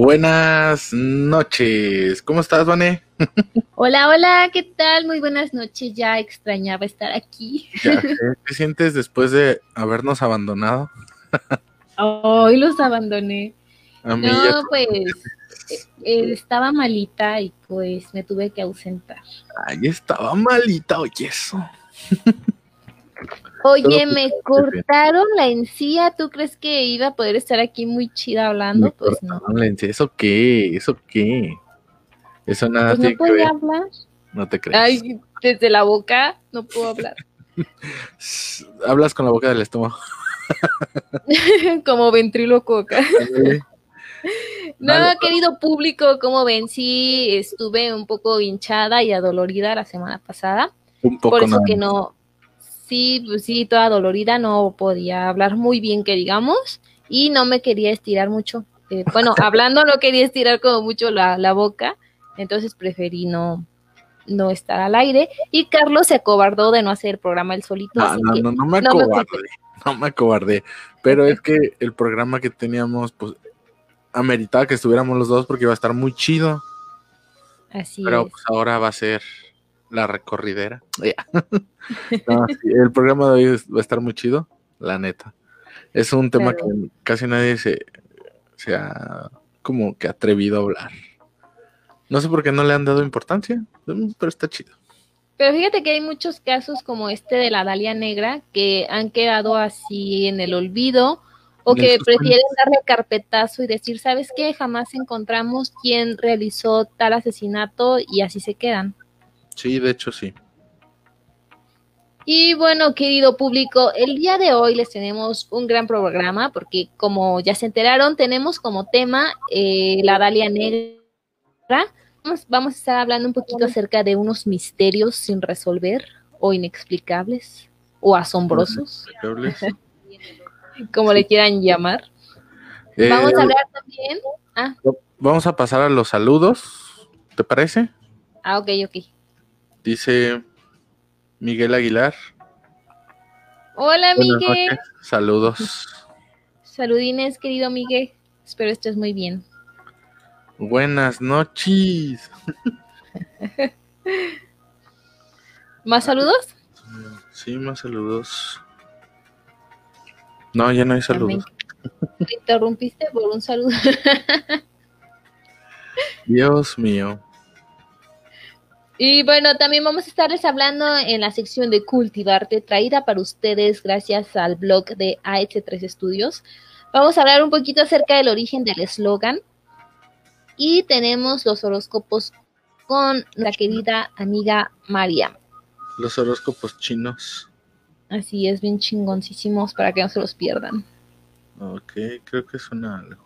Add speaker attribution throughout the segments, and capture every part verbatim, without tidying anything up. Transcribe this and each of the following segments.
Speaker 1: Buenas noches. ¿Cómo estás, Vane?
Speaker 2: Hola, hola, ¿qué tal? Muy buenas noches. Ya extrañaba estar aquí.
Speaker 1: Ya sé, ¿qué sientes después de habernos abandonado?
Speaker 2: Hoy los abandoné.
Speaker 1: A mí ya.
Speaker 2: No, pues eh, eh, estaba malita y pues me tuve que ausentar.
Speaker 1: Ay, estaba malita, oye, eso.
Speaker 2: Oye, me cortaron la encía. ¿Tú crees que iba a poder estar aquí muy chida hablando?
Speaker 1: Me
Speaker 2: Pues no.
Speaker 1: cortaron la encía. ¿Eso qué? ¿Eso qué? Eso nada
Speaker 2: Pues no
Speaker 1: tiene que ver.
Speaker 2: podía hablar.
Speaker 1: No te crees.
Speaker 2: Ay, desde la boca no puedo hablar.
Speaker 1: Hablas con la boca del estómago.
Speaker 2: Como ventríloco acá.
Speaker 1: Ándale.
Speaker 2: No,
Speaker 1: Vale.
Speaker 2: querido público, como ven, sí estuve un poco hinchada y adolorida la semana pasada.
Speaker 1: Un poco
Speaker 2: Por eso
Speaker 1: nada
Speaker 2: que
Speaker 1: más.
Speaker 2: no, sí, pues sí, toda dolorida, no podía hablar muy bien, que digamos, y no me quería estirar mucho. Eh, bueno, hablando no quería estirar como mucho la, la boca, entonces preferí no, no estar al aire. Y Carlos se acobardó de no hacer el programa él solito,
Speaker 1: Ah,
Speaker 2: así
Speaker 1: no,
Speaker 2: que
Speaker 1: no, no me
Speaker 2: no me
Speaker 1: acobardé.
Speaker 2: culpé.
Speaker 1: No me acobardé. Pero es que el programa que teníamos, pues, ameritaba que estuviéramos los dos porque iba a estar muy chido.
Speaker 2: Así
Speaker 1: Pero
Speaker 2: es.
Speaker 1: pues ahora va a ser la recorridera. Yeah. No, sí, el programa de hoy es- va a estar muy chido, la neta. Es un tema
Speaker 2: Claro.
Speaker 1: que casi nadie se, se ha como que atrevido a hablar. No sé por qué no le han dado importancia, pero está chido.
Speaker 2: Pero fíjate que hay muchos casos como este de la Dalia Negra que han quedado así en el olvido o
Speaker 1: En el
Speaker 2: que prefieren
Speaker 1: suspenso.
Speaker 2: darle carpetazo y decir, ¿sabes qué? Jamás encontramos quién realizó tal asesinato y así se quedan.
Speaker 1: Sí, de hecho sí.
Speaker 2: Y bueno, querido público, el día de hoy les tenemos un gran programa porque como ya se enteraron, tenemos como tema eh, la Dalia Negra. Vamos, vamos a estar hablando un poquito acerca de unos misterios sin resolver o inexplicables o asombrosos, como
Speaker 1: Sí.
Speaker 2: le quieran llamar.
Speaker 1: Eh,
Speaker 2: Vamos a hablar también. Ah,
Speaker 1: Vamos a pasar a los saludos, ¿te parece?
Speaker 2: ah, ok, ok.
Speaker 1: Dice Miguel Aguilar.
Speaker 2: Hola,
Speaker 1: Buenas
Speaker 2: Miguel.
Speaker 1: noches, saludos.
Speaker 2: Saludines, querido Miguel. Espero estés muy bien.
Speaker 1: Buenas noches.
Speaker 2: ¿Más saludos?
Speaker 1: Sí, más saludos. No, ya no hay saludos.
Speaker 2: Me interrumpiste por un saludo.
Speaker 1: Dios mío.
Speaker 2: Y bueno, también vamos a estarles hablando en la sección de Cultivarte, traída para ustedes gracias al blog de A H tres Studios. Vamos a hablar un poquito acerca del origen del eslogan. Y tenemos los horóscopos con la querida amiga María.
Speaker 1: Los horóscopos chinos.
Speaker 2: Así es, bien chingoncísimos para que no se los pierdan.
Speaker 1: Ok, creo que suena algo.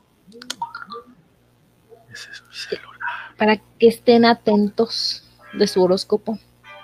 Speaker 1: Ese es mi celular.
Speaker 2: Para que estén atentos de su horóscopo.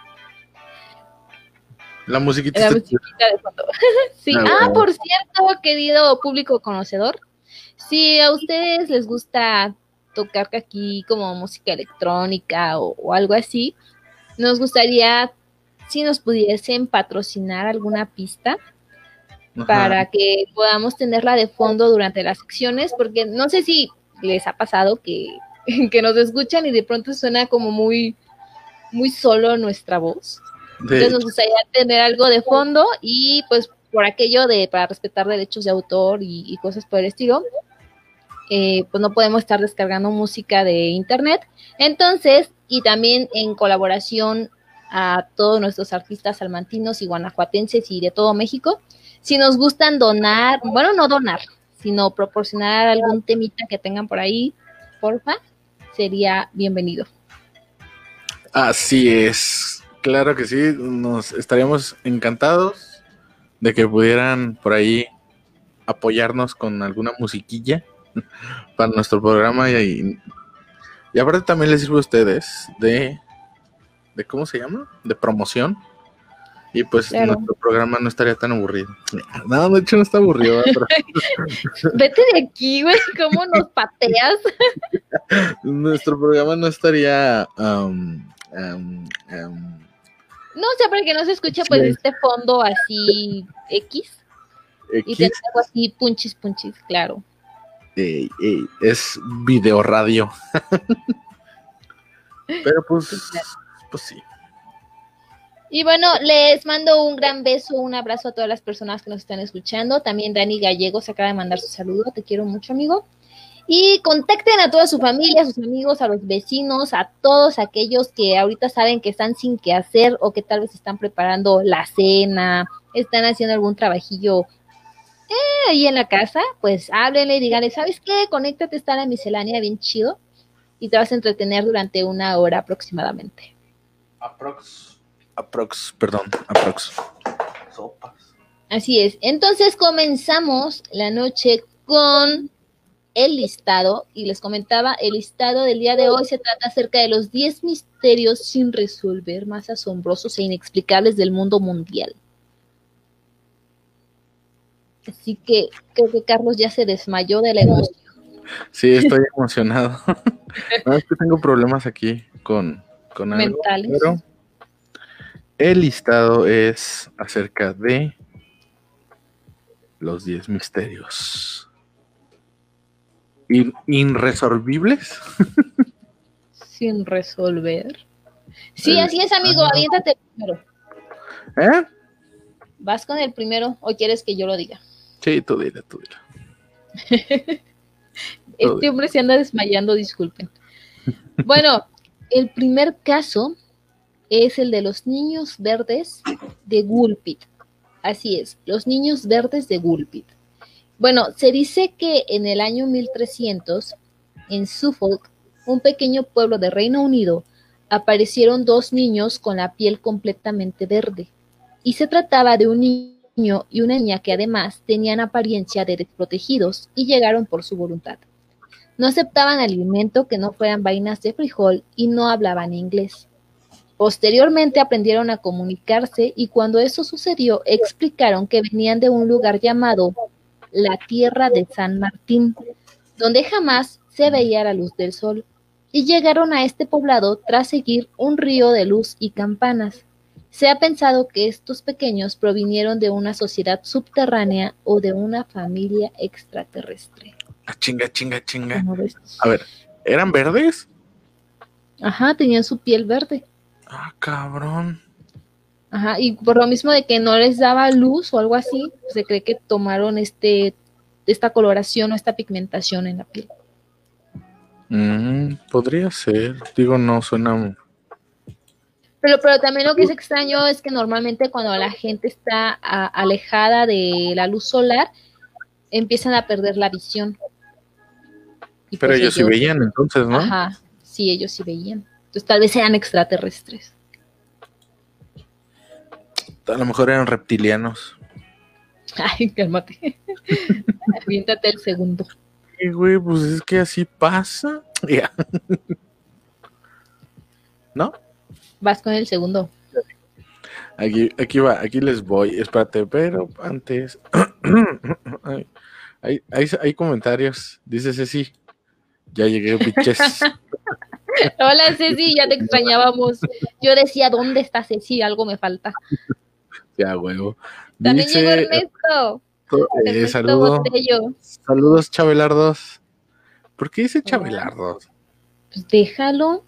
Speaker 1: La musiquita
Speaker 2: La
Speaker 1: está...
Speaker 2: musiquita de fondo. Sí.
Speaker 1: Ah,
Speaker 2: Ah,
Speaker 1: bueno.
Speaker 2: por cierto, querido público conocedor, si a ustedes les gusta tocar aquí como música electrónica o, o algo así, nos gustaría si nos pudiesen patrocinar alguna pista.
Speaker 1: Ajá.
Speaker 2: Para que podamos tenerla de fondo durante las secciones, porque no sé si les ha pasado que, que nos escuchan y de pronto suena como muy, muy solo nuestra voz.
Speaker 1: De
Speaker 2: Entonces
Speaker 1: hecho,
Speaker 2: nos gustaría tener algo de fondo y pues por aquello de para respetar derechos de autor y, y cosas por el estilo, eh, pues no podemos estar descargando música de internet. Entonces, y también en colaboración a todos nuestros artistas salmantinos y guanajuatenses y de todo México, si nos gustan donar, bueno, no donar, sino proporcionar algún temita que tengan por ahí, porfa, sería bienvenido.
Speaker 1: así es. Claro que sí, nos estaríamos encantados de que pudieran por ahí apoyarnos con alguna musiquilla para nuestro programa y, y aparte también les sirve a ustedes de, de ¿cómo se llama? De promoción. Y pues
Speaker 2: Claro.
Speaker 1: nuestro programa no estaría tan aburrido. No, de hecho no está aburrido. Pero...
Speaker 2: Vete de aquí, güey, ¿cómo nos pateas?
Speaker 1: nuestro programa no estaría... Um, um, um...
Speaker 2: No, o sea, para que no se escuche pues
Speaker 1: sí.
Speaker 2: este fondo así X.
Speaker 1: X.
Speaker 2: Y tener algo así punchis, punchis, claro.
Speaker 1: eh, eh, es video radio. Pero pues, pues sí.
Speaker 2: Y bueno, les mando un gran beso, un abrazo a todas las personas que nos están escuchando. También Dani Gallego se acaba de mandar su saludo. Te quiero mucho, amigo. Y contacten a toda su familia, a sus amigos, a los vecinos, a todos aquellos que ahorita saben que están sin qué hacer o que tal vez están preparando la cena, están haciendo algún trabajillo eh, ahí en la casa. Pues háblenle y díganle, ¿sabes qué? Conéctate, está la miscelánea bien chido y te vas a entretener durante una hora aproximadamente.
Speaker 1: Aprox. Aprox, perdón, aprox. Sopas.
Speaker 2: Así es. Entonces comenzamos la noche con el listado, y les comentaba, el listado del día de hoy se trata acerca de los diez misterios sin resolver más asombrosos e inexplicables del mundo mundial. Así que creo que Carlos ya se desmayó de la emoción.
Speaker 1: Sí, estoy emocionado. No, es que tengo problemas aquí con, con algo,
Speaker 2: mentales.
Speaker 1: Pero el listado es acerca de los diez misterios In- inresolvibles.
Speaker 2: Sin resolver. Sí, así es, amigo, aviéntate primero.
Speaker 1: ¿Eh?
Speaker 2: ¿Vas con el primero o quieres que yo lo diga?
Speaker 1: Sí, tú dile, tú dile.
Speaker 2: Este hombre se anda desmayando, disculpen. Bueno, el primer caso es el de los niños verdes de Woolpit. Así es, los niños verdes de Woolpit. Bueno, se dice que en el año mil trescientos, en Suffolk, un pequeño pueblo de Reino Unido, aparecieron dos niños con la piel completamente verde. Y se trataba de un niño y una niña que además tenían apariencia de desprotegidos y llegaron por su voluntad. No aceptaban alimento que no fueran vainas de frijol y no hablaban inglés. Posteriormente aprendieron a comunicarse y cuando eso sucedió explicaron que venían de un lugar llamado la Tierra de San Martín, donde jamás se veía la luz del sol, y llegaron a este poblado tras seguir un río de luz y campanas. Se ha pensado que estos pequeños provinieron de una sociedad subterránea o de una familia extraterrestre.
Speaker 1: Ah, chinga, chinga, chinga.
Speaker 2: ¿Cómo ves?
Speaker 1: A ver, ¿eran verdes?
Speaker 2: Ajá, tenían su piel verde.
Speaker 1: Ah, cabrón.
Speaker 2: Ajá, y por lo mismo de que no les daba luz o algo así, se cree que tomaron este esta coloración o esta pigmentación en la piel.
Speaker 1: Mm, podría ser. Digo, no suena.
Speaker 2: Pero, pero también lo que es extraño es que normalmente cuando la gente está a, alejada de la luz solar, empiezan a perder la visión. Y
Speaker 1: Pero
Speaker 2: pues
Speaker 1: ellos sí veían entonces, ¿no?
Speaker 2: Ajá, sí, ellos sí veían. Entonces tal vez sean extraterrestres.
Speaker 1: A lo mejor eran reptilianos.
Speaker 2: Ay, cálmate. Aviéntate el segundo.
Speaker 1: Sí, güey, pues es que así pasa. Ya. ¿No?
Speaker 2: Vas con el segundo.
Speaker 1: Aquí, aquí va, aquí les voy. Espérate, pero antes. hay, hay, hay, hay comentarios. Dice Ceci. Ya llegué, biches.
Speaker 2: Hola Ceci, ya te extrañábamos. Yo decía, ¿dónde está Ceci? Algo me falta.
Speaker 1: Ya, huevo.
Speaker 2: También
Speaker 1: Dice,
Speaker 2: llegó Ernesto.
Speaker 1: Eh,
Speaker 2: Ernesto
Speaker 1: saludo,
Speaker 2: Botello.
Speaker 1: saludos, Chabelardos. ¿Por qué dice Chabelardos?
Speaker 2: Pues déjalo.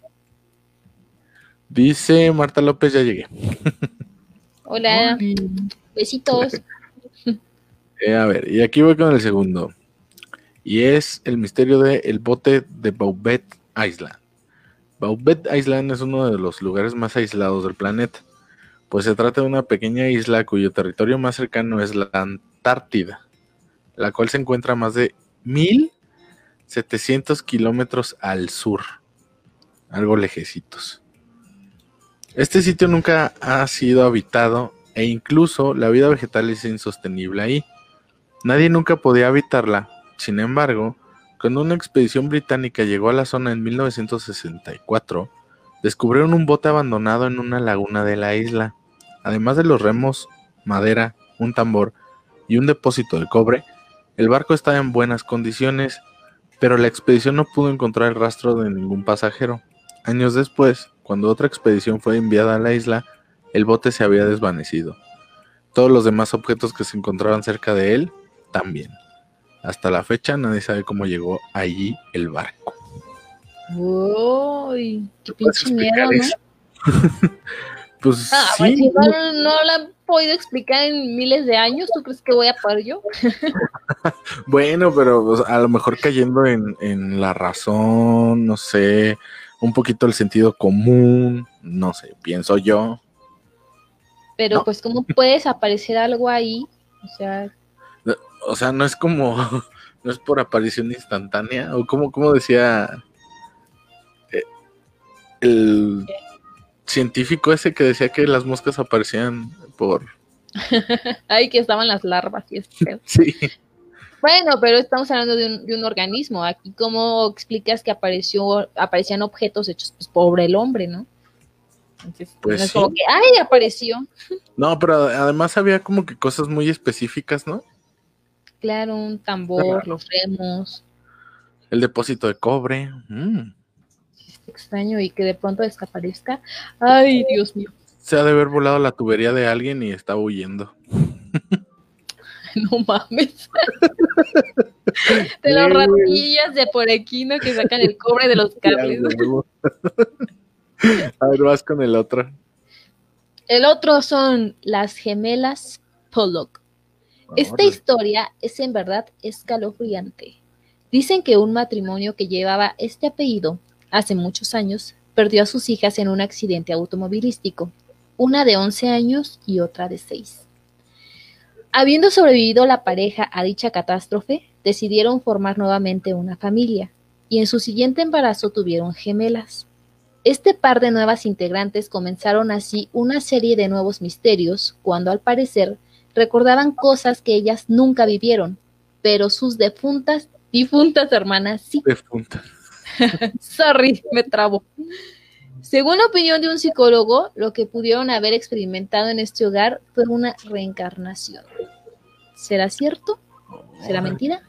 Speaker 1: Dice Marta López, ya llegué.
Speaker 2: Hola.
Speaker 1: Oli.
Speaker 2: Besitos.
Speaker 1: Eh, a ver, y aquí voy con el segundo. Y es el misterio del bote de Bouvet Island. Bouvet Island es uno de los lugares más aislados del planeta, pues se trata de una pequeña isla cuyo territorio más cercano es la Antártida, la cual se encuentra a más de mil setecientos kilómetros al sur, algo lejecitos. Este sitio nunca ha sido habitado e incluso la vida vegetal es insostenible ahí. Nadie nunca podía habitarla. Sin embargo, cuando una expedición británica llegó a la zona en mil novecientos sesenta y cuatro, descubrieron un bote abandonado en una laguna de la isla. Además de los remos, madera, un tambor y un depósito de cobre, el barco estaba en buenas condiciones, pero la expedición no pudo encontrar el rastro de ningún pasajero. Años después, cuando otra expedición fue enviada a la isla, el bote se había desvanecido. Todos los demás objetos que se encontraban cerca de él, también. Hasta la fecha nadie sabe cómo llegó allí el barco.
Speaker 2: Uy, qué pinche miedo, ¿no?
Speaker 1: Eso? Pues
Speaker 2: ah,
Speaker 1: sí.
Speaker 2: Pues igual no la han podido explicar en miles de años. ¿Tú crees que voy a poder yo?
Speaker 1: Bueno, pero pues, a lo mejor cayendo en, en la razón, no sé, un poquito el sentido común, no sé, pienso yo.
Speaker 2: Pero ¿no? Pues ¿cómo puedes aparecer algo ahí? O sea,
Speaker 1: o sea, no es como, no es por aparición instantánea, o como, como decía eh, el científico ese que decía que las moscas aparecían por...
Speaker 2: Ay, que estaban las larvas y eso.
Speaker 1: Sí.
Speaker 2: Bueno, pero estamos hablando de un, de un organismo. Aquí, ¿cómo explicas que apareció, aparecían objetos hechos pues, por el hombre, ¿no? Entonces,
Speaker 1: pues
Speaker 2: no es
Speaker 1: sí.
Speaker 2: como que, ¡ay, apareció!
Speaker 1: No, pero además había como que cosas muy específicas, ¿no?
Speaker 2: Claro, un tambor, los remos.
Speaker 1: El depósito de cobre. Mm.
Speaker 2: Es extraño y que de pronto desaparezca. ¡Ay, Dios mío!
Speaker 1: Se ha de haber volado la tubería de alguien y está huyendo.
Speaker 2: No mames. De los ratillas de por aquí, ¿no? Que sacan el cobre de los cables.
Speaker 1: A ver, vas con el otro.
Speaker 2: El otro son las gemelas Pollock. Esta historia es en verdad escalofriante. Dicen que un matrimonio que llevaba este apellido hace muchos años perdió a sus hijas en un accidente automovilístico, una de once años y otra de seis. Habiendo sobrevivido la pareja a dicha catástrofe, decidieron formar nuevamente una familia, y en su siguiente embarazo tuvieron gemelas. Este par de nuevas integrantes comenzaron así una serie de nuevos misterios, cuando al parecer recordaban cosas que ellas nunca vivieron, pero sus defuntas, difuntas hermanas sí.
Speaker 1: Defuntas.
Speaker 2: Sorry, me trabo. Según la opinión de un psicólogo, lo que pudieron haber experimentado en este hogar fue una reencarnación. ¿Será cierto? ¿Será mentira?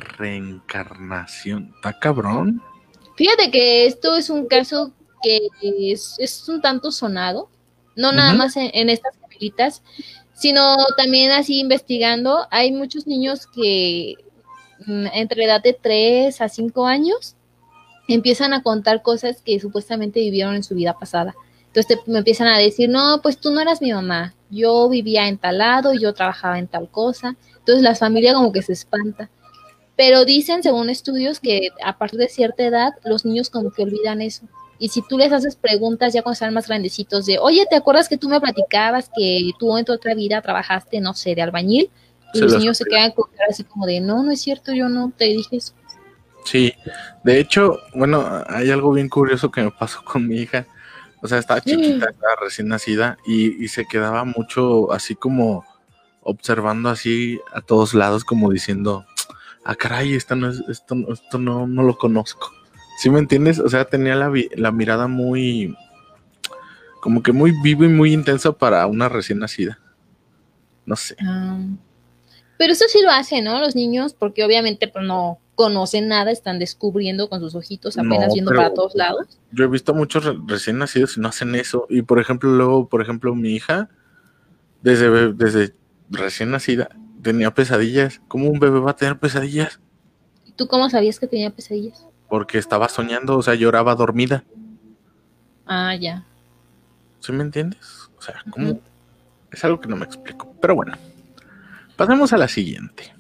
Speaker 1: Reencarnación. ¿Está cabrón?
Speaker 2: Fíjate que esto es un caso que es, es un tanto sonado, no uh-huh. nada más en, en estas gemelitas, sino también así investigando. Hay muchos niños que entre la edad de tres a cinco años empiezan a contar cosas que supuestamente vivieron en su vida pasada. Entonces te, me empiezan a decir, no, pues tú no eras mi mamá, yo vivía en tal lado, yo trabajaba en tal cosa. Entonces la familia como que se espanta. Pero dicen, según estudios, que a partir de cierta edad los niños como que olvidan eso. Y si tú les haces preguntas ya cuando están más grandecitos de, oye, ¿te acuerdas que tú me platicabas que tú en tu otra vida trabajaste, no sé, de albañil? Y se los niños se quedan con cara así como de, no, no es cierto, yo no te dije eso.
Speaker 1: Sí, de hecho, bueno, hay algo bien curioso que me pasó con mi hija. O sea, estaba chiquita, estaba recién nacida y, y se quedaba mucho así como observando así a todos lados, como diciendo, ah, caray, esto no, es, esto, esto no, no lo conozco. ¿Sí me entiendes? O sea, tenía la, la mirada muy, como que muy viva y muy intensa para una recién nacida. No sé.
Speaker 2: Um, pero eso sí lo hacen, ¿no? Los niños, porque obviamente pues, no conocen nada, están descubriendo con sus ojitos, apenas no, viendo para todos lados.
Speaker 1: Yo he visto muchos re- recién nacidos y no hacen eso. Y por ejemplo, luego, por ejemplo, mi hija, desde, desde recién nacida, tenía pesadillas. ¿Cómo un bebé va a tener pesadillas?
Speaker 2: ¿Tú cómo sabías que tenía pesadillas?
Speaker 1: Porque estaba soñando, o sea, lloraba dormida.
Speaker 2: Ah, ya.
Speaker 1: ¿Sí me entiendes? O sea, ¿cómo? Uh-huh. Es algo que no me explico. Pero bueno, pasemos a la siguiente.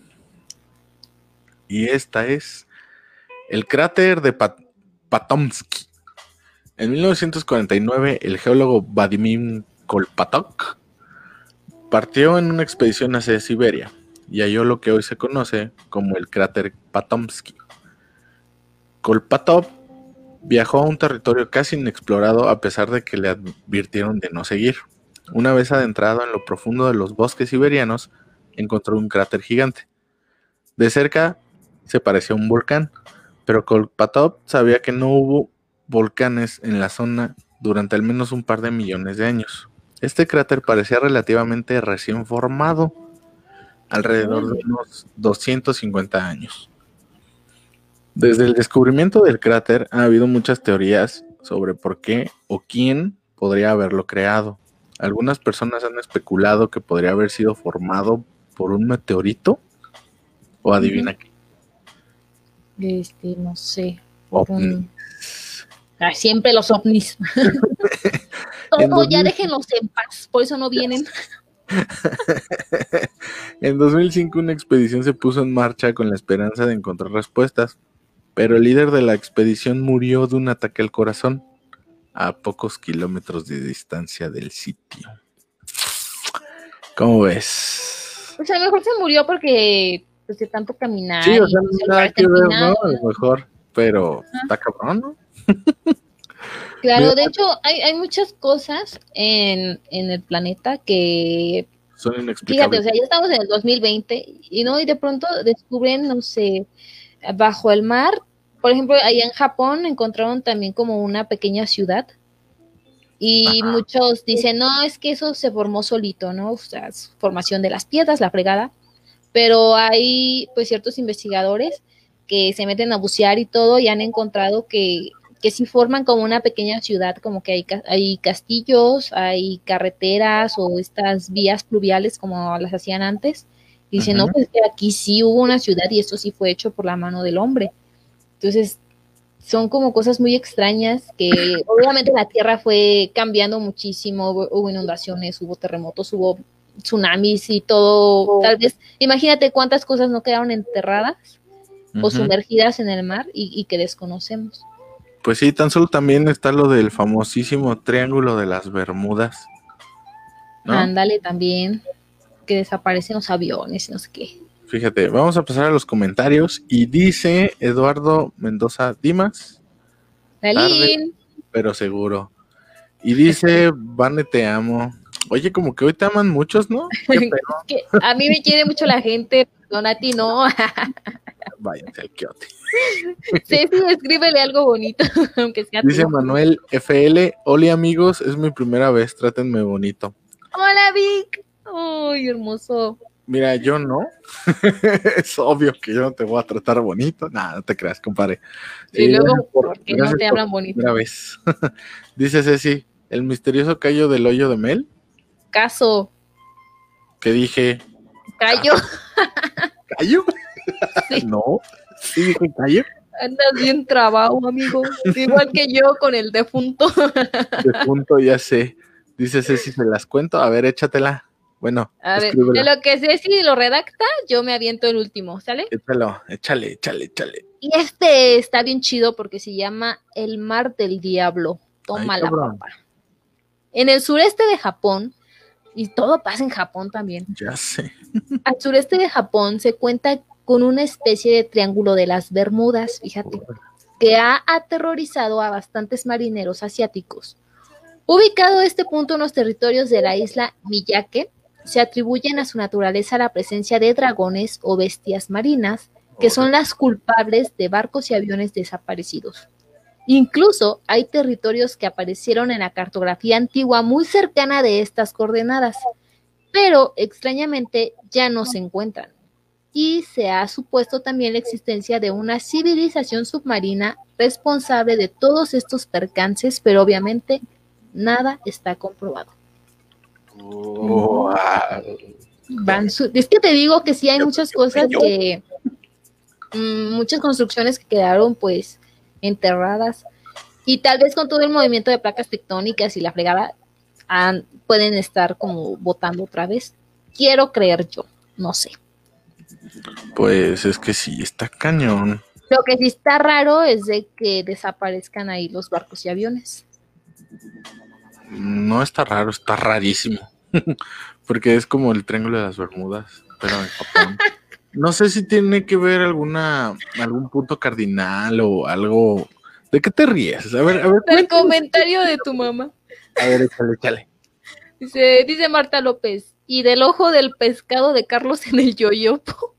Speaker 1: Y esta es el cráter de Pat- Patomsky. En mil novecientos cuarenta y nueve, el geólogo Vladimir Kolpatok partió en una expedición hacia Siberia y halló lo que hoy se conoce como el cráter Patomsky. Kolpatov viajó a un territorio casi inexplorado a pesar de que le advirtieron de no seguir. Una vez adentrado en lo profundo de los bosques siberianos, encontró un cráter gigante. De cerca se parecía a un volcán, pero Kolpatov sabía que no hubo volcanes en la zona durante al menos un par de millones de años. Este cráter parecía relativamente recién formado, alrededor de unos doscientos cincuenta años. Desde el descubrimiento del cráter ha habido muchas teorías sobre por qué o quién podría haberlo creado. Algunas personas han especulado que podría haber sido formado por un meteorito, o adivina uh-huh. qué.
Speaker 2: este, no sé, por un... Ah, siempre los ovnis. Todo, ya déjenlos en paz, por eso no vienen.
Speaker 1: En dos mil cinco una expedición se puso en marcha con la esperanza de encontrar respuestas, pero el líder de la expedición murió de un ataque al corazón a pocos kilómetros de distancia del sitio. ¿Cómo ves?
Speaker 2: Pues a lo mejor se murió porque pues, de tanto caminar.
Speaker 1: Sí, o sea,
Speaker 2: y, pues,
Speaker 1: nada que ver, ¿no? A lo
Speaker 2: ¿no?
Speaker 1: mejor, pero ah. está cabrón, ¿no?
Speaker 2: Claro, Mira, de hecho, hay, hay muchas cosas en, en el planeta que
Speaker 1: son inexplicables.
Speaker 2: Fíjate, o sea, ya estamos en el dos mil veinte y no, y de pronto descubren, no sé, bajo el mar, por ejemplo, allá en Japón encontraron también como una pequeña ciudad y Ajá. muchos dicen, no, es que eso se formó solito, ¿no? O sea, es formación de las piedras, la fregada, pero hay pues ciertos investigadores que se meten a bucear y todo y han encontrado que que sí forman como una pequeña ciudad, como que hay, hay castillos, hay carreteras o estas vías pluviales como las hacían antes. Y dicen, uh-huh. no, pues que aquí sí hubo una ciudad y esto sí fue hecho por la mano del hombre. Entonces, son como cosas muy extrañas que obviamente la tierra fue cambiando muchísimo, hubo, hubo inundaciones, hubo terremotos, hubo tsunamis y todo. Oh. Tal vez, imagínate cuántas cosas no quedaron enterradas uh-huh. o sumergidas en el mar y, y que desconocemos.
Speaker 1: Pues sí, tan solo también está lo del famosísimo Triángulo de las Bermudas,
Speaker 2: ¿no? Ándale, también, que desaparecen los aviones, no sé qué.
Speaker 1: Fíjate, vamos a pasar a los comentarios y dice Eduardo Mendoza Dimas.
Speaker 2: Dalín.
Speaker 1: Pero seguro. Y dice, Vane, te amo. Oye, como que hoy te aman muchos, ¿no?
Speaker 2: ¿Qué que a mí me quiere mucho la gente, perdón, a ti no.
Speaker 1: Váyanse al quiote.
Speaker 2: Sí, sí, escríbele algo bonito, aunque sea
Speaker 1: Dice
Speaker 2: tú.
Speaker 1: Manuel F L, hola amigos, es mi primera vez, trátenme bonito.
Speaker 2: Hola Vic, uy, hermoso.
Speaker 1: Mira, yo no, es obvio que yo no te voy a tratar bonito, nada, no te creas, compadre.
Speaker 2: Y eh, luego, ¿por qué no te hablan bonito?
Speaker 1: Primera vez. Dice Ceci, el misterioso callo del hoyo de Mel.
Speaker 2: Caso.
Speaker 1: ¿Qué dije?
Speaker 2: Callo.
Speaker 1: ¿Callo?
Speaker 2: Sí.
Speaker 1: No. ¿Sí dije callo?
Speaker 2: Andas bien trabado, amigo. Igual que yo con el defunto.
Speaker 1: Defunto, ya sé. Dice Ceci, se las cuento. A ver, échatela. Bueno,
Speaker 2: a ver, de lo que Ceci lo redacta, yo me aviento el último, ¿sale?
Speaker 1: Échalo, échale, échale, échale.
Speaker 2: Y este está bien chido porque se llama El Mar del Diablo. Toma la papa. En el sureste de Japón, y todo pasa en Japón también.
Speaker 1: Ya sé.
Speaker 2: Al sureste de Japón se cuenta con una especie de triángulo de las Bermudas, fíjate, que ha aterrorizado a bastantes marineros asiáticos. Ubicado a este punto en los territorios de la isla Miyake, se atribuyen a su naturaleza la presencia de dragones o bestias marinas, que son las culpables de barcos y aviones desaparecidos. Incluso hay territorios que aparecieron en la cartografía antigua muy cercana de estas coordenadas, pero extrañamente ya no se encuentran. Y se ha supuesto también la existencia de una civilización submarina responsable de todos estos percances, pero obviamente nada está comprobado.
Speaker 1: Wow.
Speaker 2: Van su- es que te digo que sí hay muchas cosas que, mmm, muchas construcciones que quedaron pues enterradas y tal vez con todo el movimiento de placas tectónicas y la fregada han, pueden estar como botando otra vez. Quiero creer yo, no sé.
Speaker 1: Pues es que sí, está cañón.
Speaker 2: Lo que sí está raro es de que desaparezcan ahí los barcos y aviones.
Speaker 1: No está raro, está rarísimo. Porque es como el Triángulo de las Bermudas, pero en Japón. No sé si tiene que ver alguna algún punto cardinal o algo. ¿De qué te ríes? A ver, a ver.
Speaker 2: El comentario de tu mamá.
Speaker 1: A ver, échale, échale.
Speaker 2: Dice, dice Marta López, y del ojo del pescado de Carlos en el yoyopo.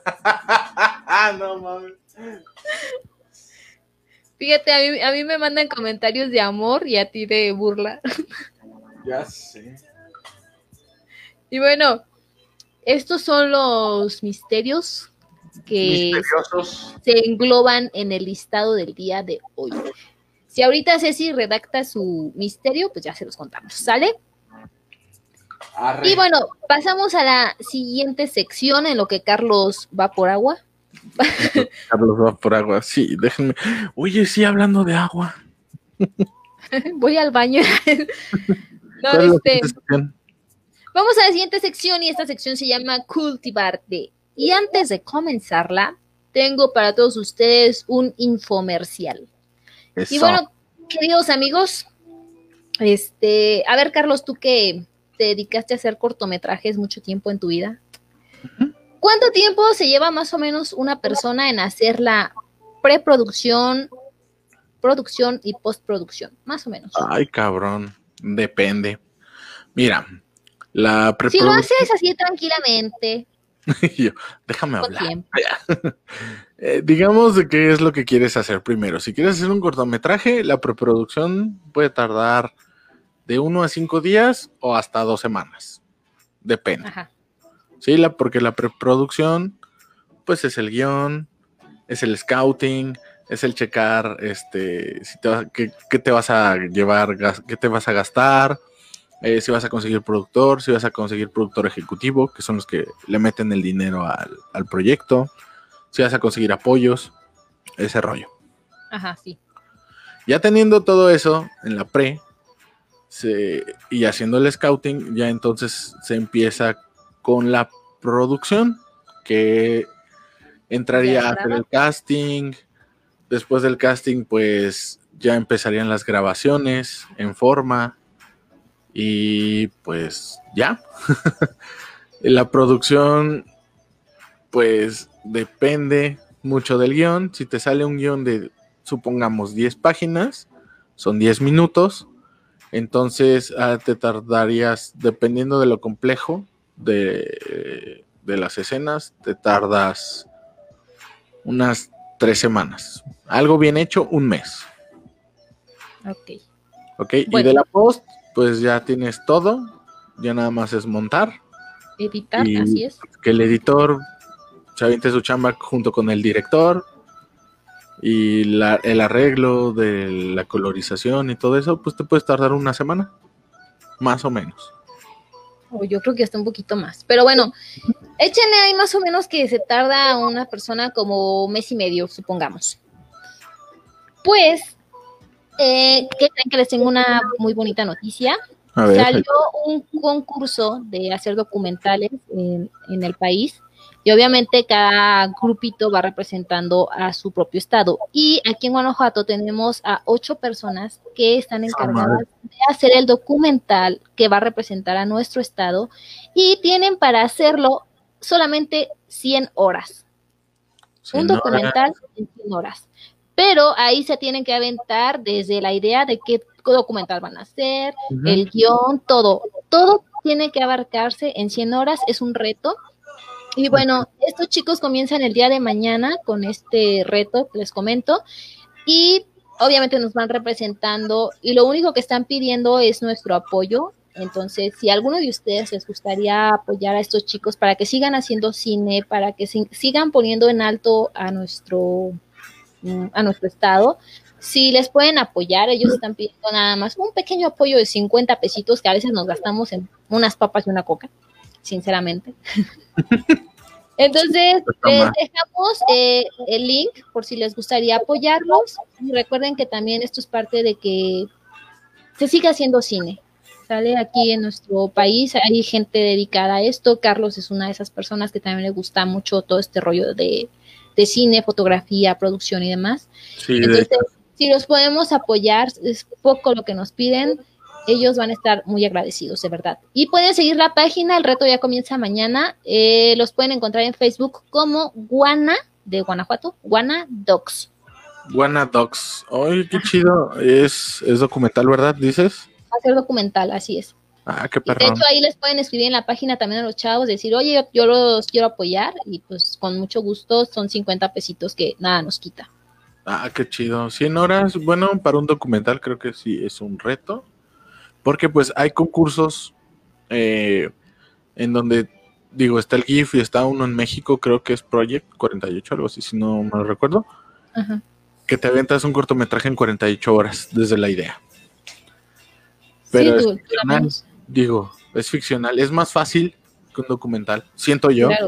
Speaker 1: No mames.
Speaker 2: Fíjate, a mí, a mí me mandan comentarios de amor y a ti de burla.
Speaker 1: Ya sé.
Speaker 2: Y bueno, estos son los misterios que
Speaker 1: Misteriosos
Speaker 2: se engloban en el listado del día de hoy. Si ahorita Ceci redacta su misterio, pues ya se los contamos, ¿sale? Arre. Y bueno, pasamos a la siguiente sección en lo que Carlos va por agua.
Speaker 1: Carlos va por agua. Sí, déjenme. Oye, sí, hablando de agua.
Speaker 2: Voy al baño. No,
Speaker 1: ¿Cuál es la
Speaker 2: este,
Speaker 1: siguiente sección?
Speaker 2: vamos a la siguiente sección y esta sección se llama Cultivarte. Y antes de comenzarla, tengo para todos ustedes un infomercial.
Speaker 1: Eso.
Speaker 2: Y bueno, queridos amigos, este, a ver, Carlos, tú que te dedicaste a hacer cortometrajes mucho tiempo en tu vida,
Speaker 1: Uh-huh.
Speaker 2: ¿cuánto tiempo se lleva más o menos una persona en hacer la preproducción, producción y postproducción? Más o menos.
Speaker 1: Ay, cabrón. Depende. Mira, la
Speaker 2: Si lo
Speaker 1: preproducción.
Speaker 2: haces así tranquilamente,
Speaker 1: Yo, déjame
Speaker 2: con
Speaker 1: hablar.
Speaker 2: tiempo.
Speaker 1: Eh, digamos de qué es lo que quieres hacer primero. Si quieres hacer un cortometraje, la preproducción puede tardar de uno a cinco días o hasta dos semanas. Depende.
Speaker 2: Ajá.
Speaker 1: Sí, la, porque la preproducción, pues es el guión, es el scouting, es el checar, este, si te va, qué, qué te vas a llevar, gas- qué te vas a gastar, eh, si vas a conseguir productor, si vas a conseguir productor ejecutivo, que son los que le meten el dinero al, al proyecto, si vas a conseguir apoyos, ese rollo.
Speaker 2: Ajá, sí.
Speaker 1: Ya teniendo todo eso en la pre se, y haciendo el scouting, ya entonces se empieza con la producción, que entraría a hacer el casting. Después del casting, pues ya empezarían las grabaciones en forma y pues ya. La producción, pues depende mucho del guión. Si te sale un guión de, supongamos, diez páginas, son diez minutos. Entonces ah, te tardarías, dependiendo de lo complejo de, de las escenas, te tardas unas tres semanas. Algo bien hecho, un mes.
Speaker 2: Ok.
Speaker 1: Ok,
Speaker 2: Bueno.
Speaker 1: y de la post, pues ya tienes todo, ya nada más es montar.
Speaker 2: Editar,
Speaker 1: Y
Speaker 2: así es.
Speaker 1: que el editor se aviente su chamba junto con el director. Y la, el arreglo de la colorización y todo eso, pues te puedes tardar una semana, más o menos.
Speaker 2: O yo creo que hasta un poquito más. Pero bueno, échenle ahí más o menos que se tarda una persona como un mes y medio, supongamos. Pues, eh, ¿qué creen? Que les tengo una muy bonita noticia.
Speaker 1: A ver,
Speaker 2: Salió un concurso de hacer documentales en, en el país. Y obviamente cada grupito va representando a su propio estado. Y aquí en Guanajuato tenemos a ocho personas que están encargadas de hacer el documental que va a representar a nuestro estado. Y tienen para hacerlo solamente cien horas. Un documental en cien horas. Pero ahí se tienen que aventar desde la idea de qué documental van a hacer, uh-huh. el guión, todo. Todo tiene que abarcarse en cien horas. Es un reto. Y bueno, estos chicos comienzan el día de mañana con este reto que les comento y obviamente nos van representando y lo único que están pidiendo es nuestro apoyo. Entonces, si a alguno de ustedes les gustaría apoyar a estos chicos para que sigan haciendo cine, para que si, sigan poniendo en alto a nuestro, a nuestro estado, si les pueden apoyar, ellos están pidiendo nada más un pequeño apoyo de cincuenta pesitos que a veces nos gastamos en unas papas y una coca, sinceramente. Entonces, les dejamos eh, el link por si les gustaría apoyarlos. Y recuerden que también esto es parte de que se siga haciendo cine. ¿Sale? Aquí en nuestro país hay gente dedicada a esto. Carlos es una de esas personas que también le gusta mucho todo este rollo de, de cine, fotografía, producción y demás. Sí, Entonces, de... si los podemos apoyar, es poco lo que nos piden. Ellos van a estar muy agradecidos, de verdad. Y pueden seguir la página, el reto ya comienza mañana. Eh, los pueden encontrar en Facebook como Guana, de Guanajuato, Guana Docs.
Speaker 1: Guana Docs. Ay, qué chido. Es, es documental, ¿verdad? ¿Dices?
Speaker 2: Va a ser documental, así es.
Speaker 1: Ah, qué perrón.
Speaker 2: De hecho, ahí les pueden escribir en la página también a los chavos, decir, oye, yo, yo los quiero apoyar. Y pues con mucho gusto son cincuenta pesitos que nada nos quita.
Speaker 1: Ah, qué chido. cien horas, bueno, para un documental creo que sí es un reto. Porque pues hay concursos eh, en donde, digo, está el GIF y está uno en México, creo que es Project cuarenta y ocho, algo así, si no me lo recuerdo. Ajá. Que te aventas un cortometraje en cuarenta y ocho horas desde la idea. Pero sí, tú, es ficcional, digo, es ficcional, es más fácil que un documental, siento yo.
Speaker 2: Claro.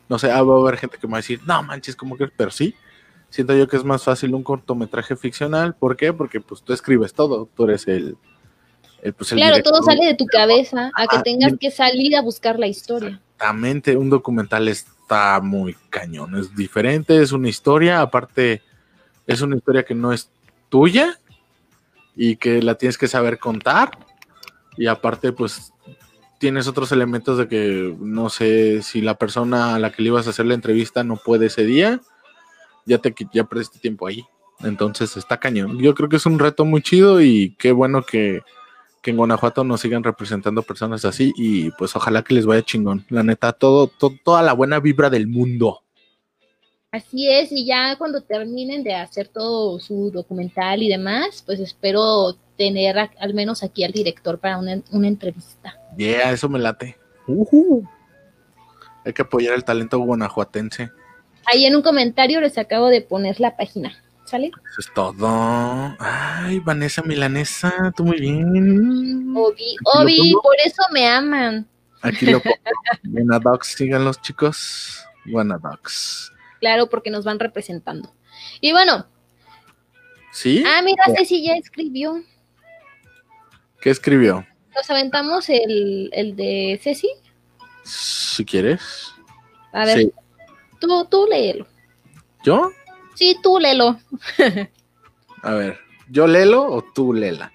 Speaker 1: No sé, ah, va a haber gente que me va a decir, no manches, ¿cómo que? Pero sí, siento yo que es más fácil un cortometraje ficcional. ¿Por qué? Porque pues tú escribes todo, tú eres el, el, pues, el
Speaker 2: Claro, todo
Speaker 1: director.
Speaker 2: sale de tu cabeza a que
Speaker 1: Ah,
Speaker 2: tengas
Speaker 1: y
Speaker 2: que salir a buscar la historia.
Speaker 1: exactamente, un documental está muy cañón, es diferente, es una historia, aparte es una historia que no es tuya y que la tienes que saber contar, y aparte pues tienes otros elementos de que no sé si la persona a la que le ibas a hacer la entrevista no puede ese día, ya te ya perdiste tiempo ahí. Entonces está cañón. Yo creo que es un reto muy chido y qué bueno que, que en Guanajuato nos sigan representando personas así y pues ojalá que les vaya chingón. La neta, todo, todo toda la buena vibra del mundo.
Speaker 2: Así es, y ya cuando terminen de hacer todo su documental y demás, pues espero tener a, al menos aquí al director para una, una entrevista.
Speaker 1: Yeah, eso me late. Uh-huh. Hay que apoyar el talento guanajuatense.
Speaker 2: Ahí en un comentario les acabo de poner la página, ¿sale?
Speaker 1: Eso es todo. Ay, Vanessa Milanesa, tú muy bien.
Speaker 2: Obi, Obi, por eso me aman.
Speaker 1: Aquí lo pongo. Buenadocs, sigan los chicos. Buenadocs.
Speaker 2: Claro, porque nos van representando. Y bueno.
Speaker 1: ¿Sí?
Speaker 2: Ah, mira, Ceci ya escribió.
Speaker 1: ¿Qué escribió?
Speaker 2: ¿Nos aventamos el, el de Ceci?
Speaker 1: Si quieres.
Speaker 2: A ver, sí. tú, tú léelo.
Speaker 1: ¿Yo?
Speaker 2: Sí, tú léelo.
Speaker 1: A ver, ¿yo léelo o tú lela?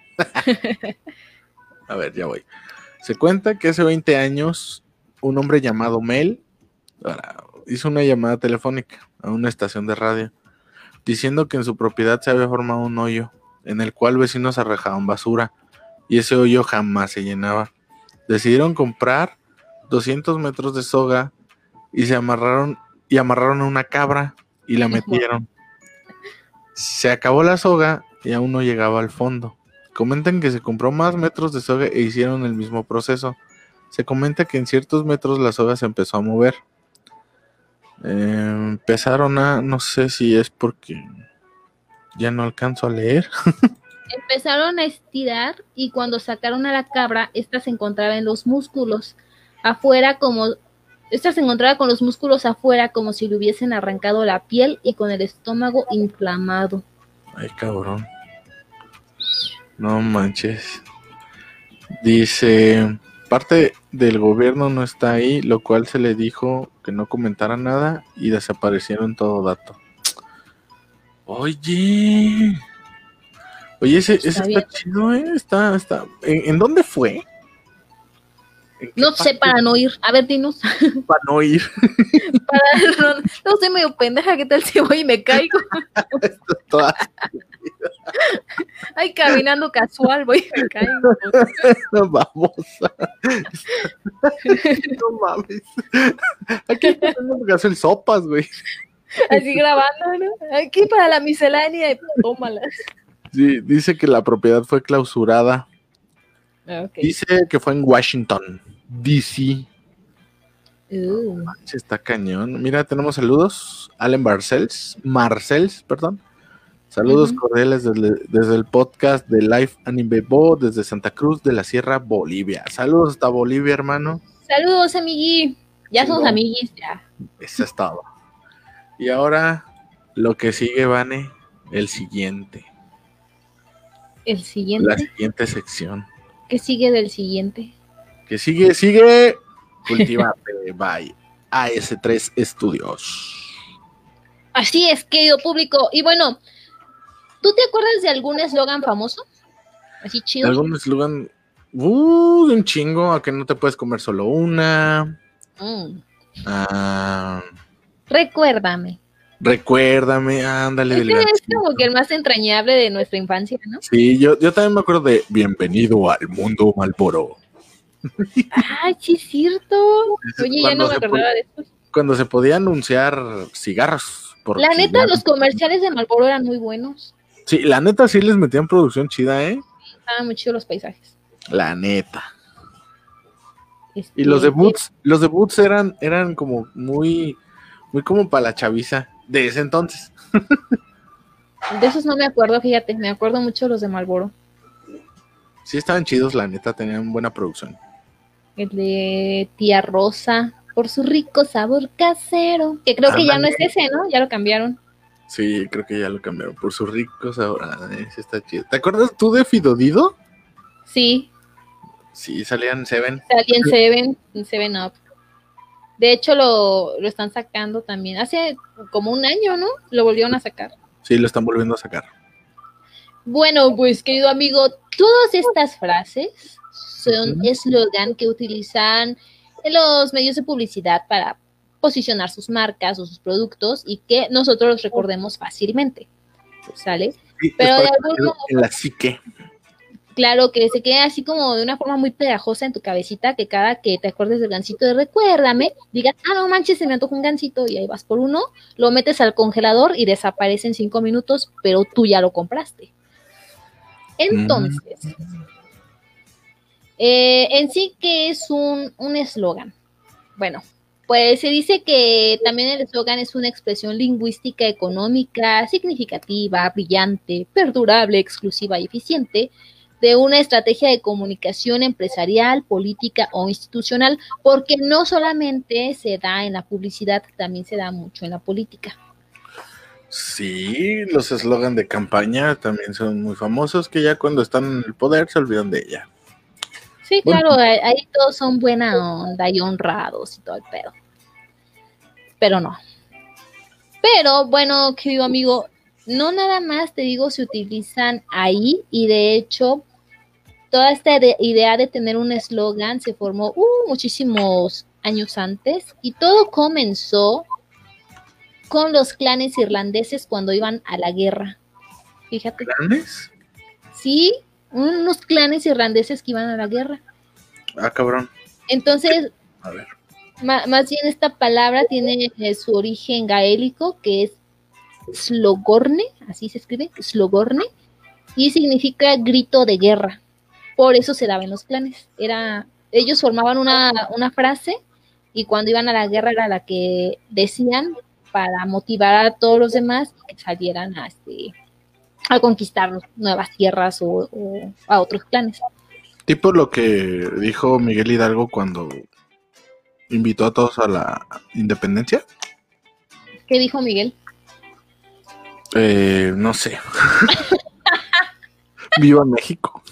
Speaker 1: A ver, ya voy. Se cuenta que hace veinte años un hombre llamado Mel hizo una llamada telefónica a una estación de radio diciendo que en su propiedad se había formado un hoyo en el cual vecinos arrojaban basura y ese hoyo jamás se llenaba. Decidieron comprar doscientos metros de soga y se amarraron y amarraron a una cabra y la metieron. Se acabó la soga y aún no llegaba al fondo. Comentan que se compró más metros de soga e hicieron el mismo proceso. Se comenta que en ciertos metros la soga se empezó a mover. Eh, empezaron a, no sé si es porque ya no alcanzo a leer.
Speaker 2: Empezaron a estirar y cuando sacaron a la cabra, esta se encontraba en los músculos afuera como, esta se encontraba con los músculos afuera como si le hubiesen arrancado la piel y con el estómago inflamado.
Speaker 1: Ay, cabrón. No manches. Dice, parte del gobierno no está ahí, lo cual se le dijo que no comentara nada y desaparecieron todo dato. Oye. Oye, ese está, ese está chido, ¿eh? Está, está. ¿En, ¿en dónde fue?
Speaker 2: ¿En no sé, para no ir. A ver, dinos.
Speaker 1: Para no ir.
Speaker 2: Para, no, no sé, medio pendeja, ¿qué tal si voy y me caigo?
Speaker 1: Toda...
Speaker 2: Ay, caminando casual, voy y me caigo.
Speaker 1: Vamos. No mames. Aquí tenemos que hacer sopas, güey.
Speaker 2: Así grabando, ¿no? Aquí para la miscelánea, tómala.
Speaker 1: Sí, dice que la propiedad fue clausurada. Okay. Dice que fue en Washington, D C Uh. Oh, está cañón. Mira, tenemos saludos. Allen Marcells, Marcells, perdón. Saludos uh-huh. cordiales desde, desde el podcast de Life Anime Bo, desde Santa Cruz de la Sierra, Bolivia. Saludos hasta Bolivia, hermano.
Speaker 2: Saludos, amigui. Ya sí, somos no. amiguis, ya.
Speaker 1: Eso es todo. Y ahora, lo que sigue, Vane, el siguiente.
Speaker 2: El siguiente.
Speaker 1: La siguiente sección.
Speaker 2: ¿Qué sigue del siguiente?
Speaker 1: ¿Qué sigue? Sigue Cultivate by A S tres Studios.
Speaker 2: Así es, querido público. Y bueno, ¿tú te acuerdas de algún eslogan famoso? Así chido.
Speaker 1: ¿Algún eslogan? Uh, de un chingo, a que no te puedes comer solo una.
Speaker 2: Mm.
Speaker 1: Ah,
Speaker 2: Recuérdame.
Speaker 1: Recuérdame, ándale.
Speaker 2: Este del es como que el más entrañable de nuestra infancia, ¿no?
Speaker 1: Sí, yo, yo también me acuerdo de Bienvenido al mundo Marlboro.
Speaker 2: Ay, sí es cierto. Oye, ya no me acordaba de eso.
Speaker 1: Cuando se podía anunciar cigarros.
Speaker 2: Por la neta, los comerciales de Marlboro eran muy buenos.
Speaker 1: Sí, la neta sí les metían producción chida, ¿eh?
Speaker 2: Sí, estaban muy chidos los paisajes.
Speaker 1: La neta. Este, y los debuts, los debuts eran, eran como muy, muy como para la chaviza de ese entonces.
Speaker 2: De esos no me acuerdo, fíjate, me acuerdo mucho de los de Marlboro.
Speaker 1: Sí estaban chidos, la neta, tenían buena producción.
Speaker 2: El de Tía Rosa. por su rico sabor casero. Que creo que ya no es ese, ¿no? Ya lo cambiaron.
Speaker 1: Sí, creo que ya lo cambiaron. Por su rico sabor. Ah, ese está chido. ¿Te acuerdas tú de Fidodido?
Speaker 2: Sí.
Speaker 1: Sí, salían Seven.
Speaker 2: Salía en Seven, en Seven Up. De hecho, lo, lo están sacando también. Hace como un año, ¿no? Lo volvieron a sacar.
Speaker 1: Sí, lo están volviendo a sacar.
Speaker 2: Bueno, pues, querido amigo, todas estas frases son eslogan que utilizan en los medios de publicidad para posicionar sus marcas o sus productos y que nosotros los recordemos fácilmente, ¿sale?
Speaker 1: Sí,
Speaker 2: pero
Speaker 1: de
Speaker 2: alguno,
Speaker 1: en la psique.
Speaker 2: Claro, que se quede así como de una forma muy pegajosa en tu cabecita, que cada que te acuerdes del gansito de recuérdame, digas, ah, no manches, se me antoja un gansito, y ahí vas por uno, lo metes al congelador y desaparece en cinco minutos, pero tú ya lo compraste. Entonces, mm. eh, en sí, ¿qué es un eslogan? Bueno, pues se dice que también el eslogan es una expresión lingüística económica, significativa, brillante, perdurable, exclusiva y eficiente de una estrategia de comunicación empresarial, política o institucional, porque no solamente se da en la publicidad, también se da mucho en la política.
Speaker 1: Sí, los eslogan de campaña también son muy famosos, que ya cuando están en el poder se olvidan de ella.
Speaker 2: Sí, claro, bueno, ahí todos son buena onda y honrados y todo el pedo. Pero no. Pero, bueno, querido amigo, no nada más, te digo, se utilizan ahí, y de hecho, toda esta idea de tener un eslogan se formó uh, muchísimos años antes, y todo comenzó con los clanes irlandeses cuando iban a la guerra. Fíjate.
Speaker 1: ¿Clanes?
Speaker 2: Sí, unos clanes irlandeses que iban a la guerra.
Speaker 1: Ah, cabrón.
Speaker 2: Entonces,
Speaker 1: a ver.
Speaker 2: Más, más bien esta palabra tiene eh, su origen gaélico, que es slogorne, así se escribe, slogorne, y significa grito de guerra. Por eso se daba en los clanes. Era, ellos formaban una, una frase, y cuando iban a la guerra era la que decían para motivar a todos los demás que salieran a, este, a conquistar nuevas tierras o, o a otros clanes.
Speaker 1: Tipo lo que dijo Miguel Hidalgo cuando invitó a todos a la independencia.
Speaker 2: ¿Qué dijo Miguel?
Speaker 1: Eh, no sé. Viva México.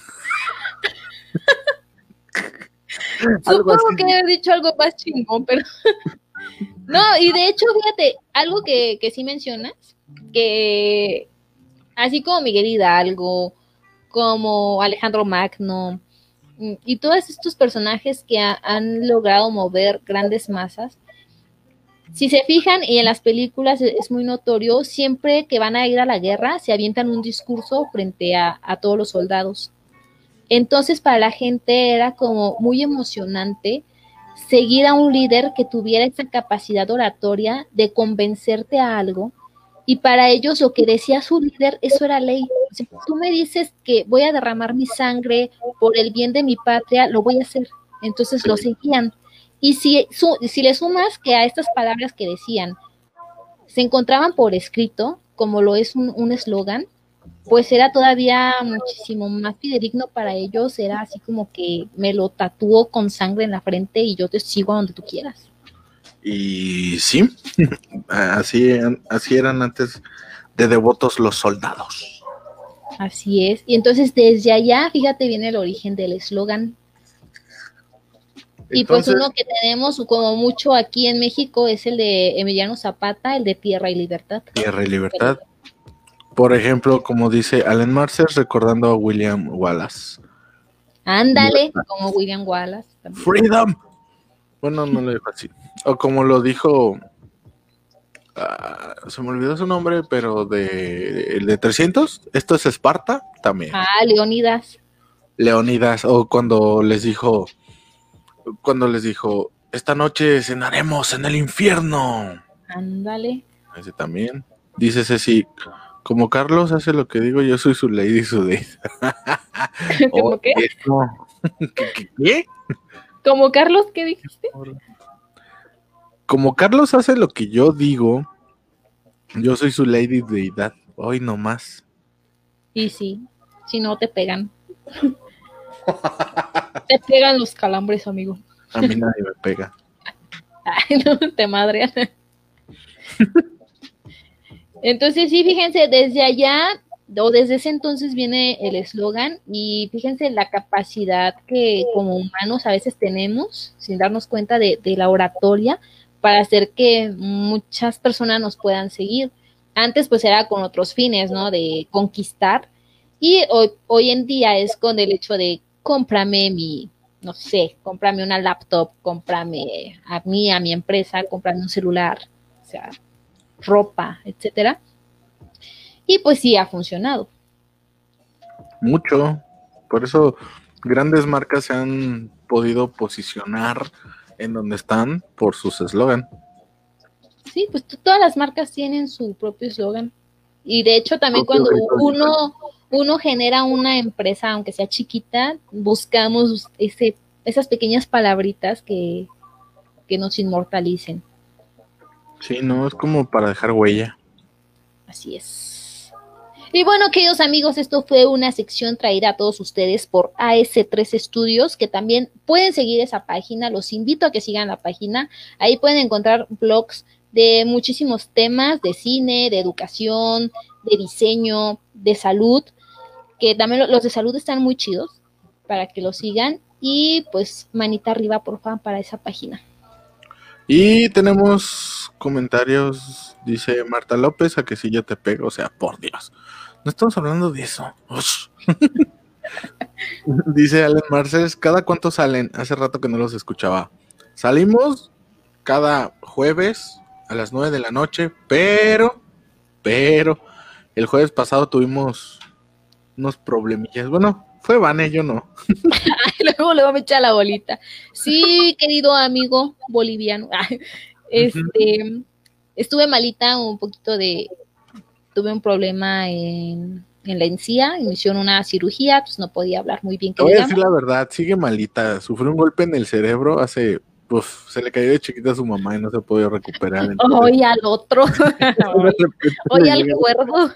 Speaker 2: Supongo que debe haber dicho algo más chingón, pero no, y de hecho, fíjate, algo que, que sí mencionas, que así como Miguel Hidalgo, como Alejandro Magno, y todos estos personajes que ha, han logrado mover grandes masas, si se fijan, y en las películas es muy notorio, siempre que van a ir a la guerra se avientan un discurso frente a, a todos los soldados. Entonces para la gente era como muy emocionante seguir a un líder que tuviera esa capacidad oratoria de convencerte a algo, y para ellos lo que decía su líder, eso era ley. Si tú me dices que voy a derramar mi sangre por el bien de mi patria, lo voy a hacer. Entonces lo seguían. Y si, su, si le sumas que a estas palabras que decían se encontraban por escrito, como lo es un eslogan, pues era todavía muchísimo más fidedigno para ellos. Era así como que me lo tatúo con sangre en la frente y yo te sigo a donde tú quieras.
Speaker 1: Y sí, así, así eran antes de devotos los soldados.
Speaker 2: Así es. Y entonces desde allá, fíjate, viene el origen del eslogan. Y pues uno que tenemos como mucho aquí en México es el de Emiliano Zapata, el de Tierra y Libertad.
Speaker 1: Tierra y Libertad. Por ejemplo, como dice Allen Marcel, recordando a William Wallace.
Speaker 2: Ándale, como William Wallace.
Speaker 1: También. Freedom. Bueno, no lo dijo así. O como lo dijo, uh, se me olvidó su nombre, pero de el de trescientos, esto es Esparta, también.
Speaker 2: Ah, Leonidas.
Speaker 1: Leonidas, o cuando les dijo, cuando les dijo, esta noche cenaremos en el infierno.
Speaker 2: Ándale.
Speaker 1: Ese también. Dice Ceci, como Carlos hace lo que digo, yo soy su lady, su lady.
Speaker 2: ¿Cómo
Speaker 1: oh,
Speaker 2: qué?
Speaker 1: ¿Qué? ¿Qué?
Speaker 2: ¿Como Carlos qué dijiste?
Speaker 1: Como Carlos hace lo que yo digo, yo soy su lady deidad. Hoy no más.
Speaker 2: Y sí, si no te pegan. Te pegan los calambres, amigo.
Speaker 1: A mí nadie me pega.
Speaker 2: Ay, no, te madrean. Entonces, sí, fíjense, desde allá, o desde ese entonces viene el eslogan, y fíjense la capacidad que como humanos a veces tenemos, sin darnos cuenta de, de la oratoria, para hacer que muchas personas nos puedan seguir. Antes pues era con otros fines, ¿no? De conquistar, y hoy, hoy en día es con el hecho de cómprame mi, no sé, cómprame una laptop, cómprame a mí, a mi empresa, cómprame un celular, o sea, ropa, etcétera. Y pues sí ha funcionado.
Speaker 1: Mucho. Por eso grandes marcas se han podido posicionar en donde están por sus eslogan.
Speaker 2: Sí, pues todas las marcas tienen su propio eslogan. Y de hecho también cuando uno, uno genera una empresa, aunque sea chiquita, buscamos ese, esas pequeñas palabritas que, que nos inmortalicen.
Speaker 1: Sí, no, es como para dejar huella.
Speaker 2: Así es. Y bueno, queridos amigos, esto fue una sección traída a todos ustedes por A S tres Estudios, que también pueden seguir esa página, los invito a que sigan la página, ahí pueden encontrar blogs de muchísimos temas, de cine, de educación, de diseño, de salud, que también los de salud están muy chidos, para que los sigan, y pues manita arriba, por favor, para esa página.
Speaker 1: Y tenemos comentarios, dice Marta López, a que sí yo te pego, o sea, por Dios. No estamos hablando de eso. Dice Alan Marcels, ¿cada cuánto salen? Hace rato que no los escuchaba. Salimos cada jueves a las nueve de la noche, pero, pero, el jueves pasado tuvimos unos problemillas. Bueno, fue Vane, yo no.
Speaker 2: Luego le voy a echar la bolita. Sí, querido amigo boliviano. Este, uh-huh. Estuve malita un poquito de, tuve un problema en, en la encía, me hicieron una cirugía, pues no podía hablar muy bien.
Speaker 1: Te voy a decir la verdad, sigue malita, sufrió un golpe en el cerebro hace, uf, se le cayó de chiquita a su mamá y no se pudo recuperar.
Speaker 2: Hoy al otro, hoy al cuervo.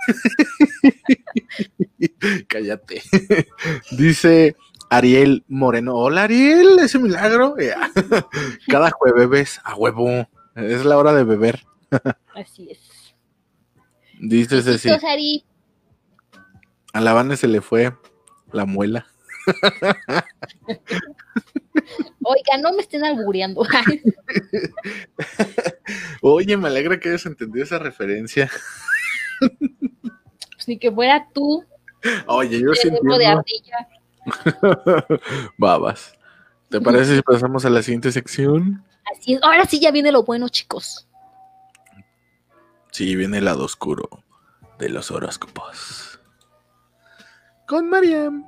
Speaker 1: Cállate. Dice Ariel Moreno. Hola Ariel, ese milagro. Cada jueves a huevo. Es la hora de beber.
Speaker 2: Así es.
Speaker 1: Dice Ceci.
Speaker 2: Ari.
Speaker 1: A la Vane se le fue la muela.
Speaker 2: Oiga, no me estén albureando.
Speaker 1: Oye, me alegra que hayas entendido esa referencia.
Speaker 2: Pues ni que fuera tú.
Speaker 1: Oye, yo sí entiendo. De ardilla. Babas. ¿Te parece si pasamos a la siguiente sección?
Speaker 2: Así es. Ahora sí ya viene lo bueno, chicos.
Speaker 1: Sí, viene el lado oscuro de los horóscopos. Con Mariam.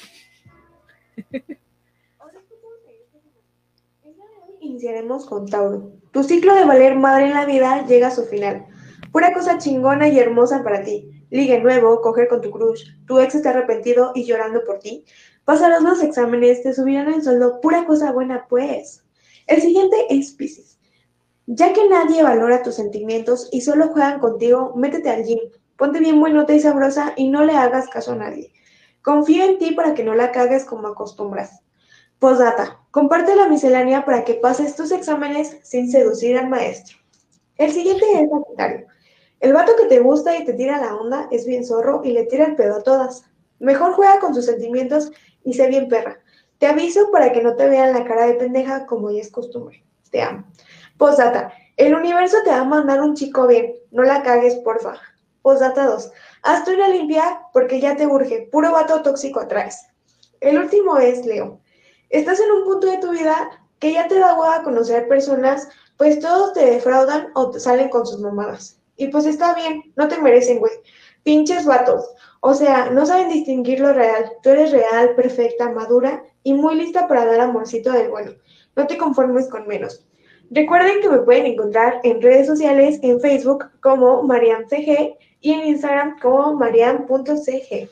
Speaker 3: Iniciaremos con Tauro. Tu ciclo de valer madre en la vida llega a su final. Pura cosa chingona y hermosa para ti. Ligue nuevo, coger con tu crush, tu ex está arrepentido y llorando por ti. Pasarás los exámenes, te subirán el sueldo, pura cosa buena pues. El siguiente es Piscis. Ya que nadie valora tus sentimientos y solo juegan contigo, métete al gym, ponte bien buenota y sabrosa y no le hagas caso a nadie. Confía en ti para que no la cagues como acostumbras. Postdata, comparte la miscelánea para que pases tus exámenes sin seducir al maestro. El siguiente es Sagitario. El vato que te gusta y te tira la onda es bien zorro y le tira el pedo a todas. Mejor juega con sus sentimientos y sé bien perra. Te aviso para que no te vean la cara de pendeja como ya es costumbre. Te amo. Postdata, el universo te va a mandar un chico bien. No la cagues, porfa. Postdata dos, hazte una limpia porque ya te urge. Puro vato tóxico atrás. El último es Leo. Estás en un punto de tu vida que ya te da hueva conocer personas, pues todos te defraudan o te salen con sus mamadas. Y pues está bien, no te merecen, güey. Pinches vatos. O sea, no saben distinguir lo real. Tú eres real, perfecta, madura y muy lista para dar amorcito del bueno. No te conformes con menos. Recuerden que me pueden encontrar en redes sociales, en Facebook como MariamCG y en Instagram como mariam punto c g.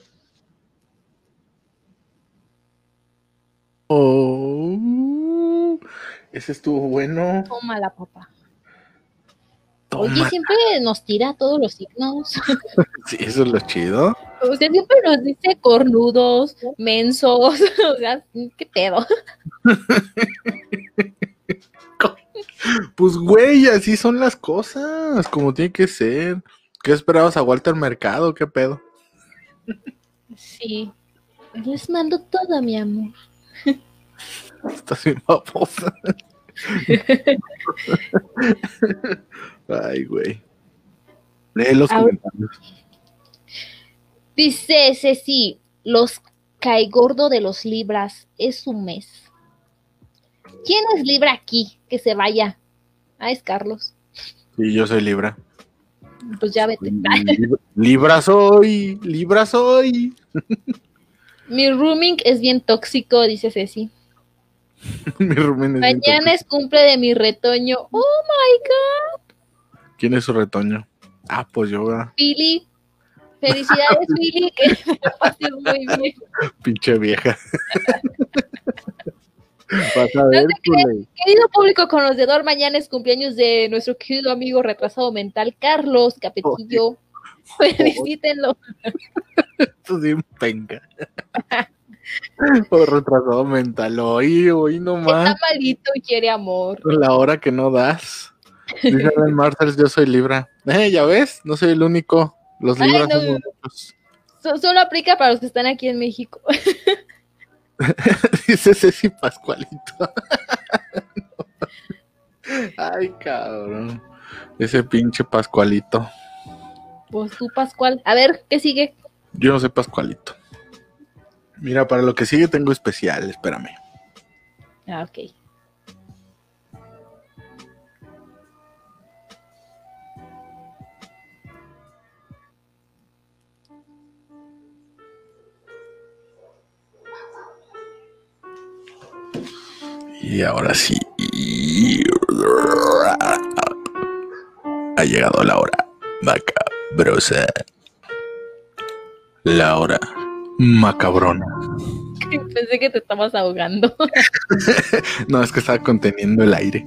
Speaker 1: Oh, ese estuvo bueno.
Speaker 2: Tómala, papá.
Speaker 1: Tómala.
Speaker 2: Oye, siempre nos tira todos los signos.
Speaker 1: Sí, eso es lo chido.
Speaker 2: Usted siempre nos dice cornudos, mensos, o sea, ¿qué pedo?
Speaker 1: Pues, güey, así son las cosas, como tiene que ser. ¿Qué esperabas a Walter Mercado? ¿Qué pedo?
Speaker 2: Sí. Les mando todo, mi amor.
Speaker 1: Estás bien babosa. Ay, güey. Lee los
Speaker 2: Ahora-
Speaker 1: comentarios.
Speaker 2: Dice Ceci, los caigordo de los libras es un mes. ¿Quién es Libra aquí? Que se vaya. Ah, es Carlos.
Speaker 1: Sí, yo soy Libra.
Speaker 2: Pues ya vete.
Speaker 1: Lib- Libra soy, Libra soy.
Speaker 2: Mi rooming es bien tóxico, dice Ceci.
Speaker 1: Mi rumen es bien
Speaker 2: Mañana es cumple de mi retoño. Oh my god.
Speaker 1: tóxico. ¿Quién es su retoño? Ah, pues yo, ¿verdad?
Speaker 2: Billy. Felicidades, Billy, que me pases muy bien.
Speaker 1: Pinche vieja. Vas a
Speaker 2: No
Speaker 1: ver,
Speaker 2: se crean,
Speaker 1: culé.
Speaker 2: querido público conocedor, mañana es cumpleaños de nuestro querido amigo retrasado mental, Carlos Capetillo. Felicítenlo.
Speaker 1: Esto sí, venga. Por retrasado mental. Hoy, hoy nomás.
Speaker 2: Está malito y quiere amor.
Speaker 1: La hora que no das. Dice Alan Martels, yo soy Libra. Eh, ya ves, no soy el único. Los
Speaker 2: Ay,
Speaker 1: Libras
Speaker 2: no.
Speaker 1: somos muchos.
Speaker 2: So- solo aplica para los que están aquí en México.
Speaker 1: Dice Ceci Pascualito. Ay, cabrón. Ese pinche Pascualito.
Speaker 2: Pues tú, Pascual. A ver, ¿qué sigue?
Speaker 1: Yo no soy Pascualito. Mira, para lo que sigue tengo especial, espérame.
Speaker 2: Ah, ok.
Speaker 1: Y ahora sí. Ha llegado la hora macabrosa. La hora macabrona.
Speaker 2: Pensé que te estabas ahogando.
Speaker 1: No, es que estaba conteniendo el aire.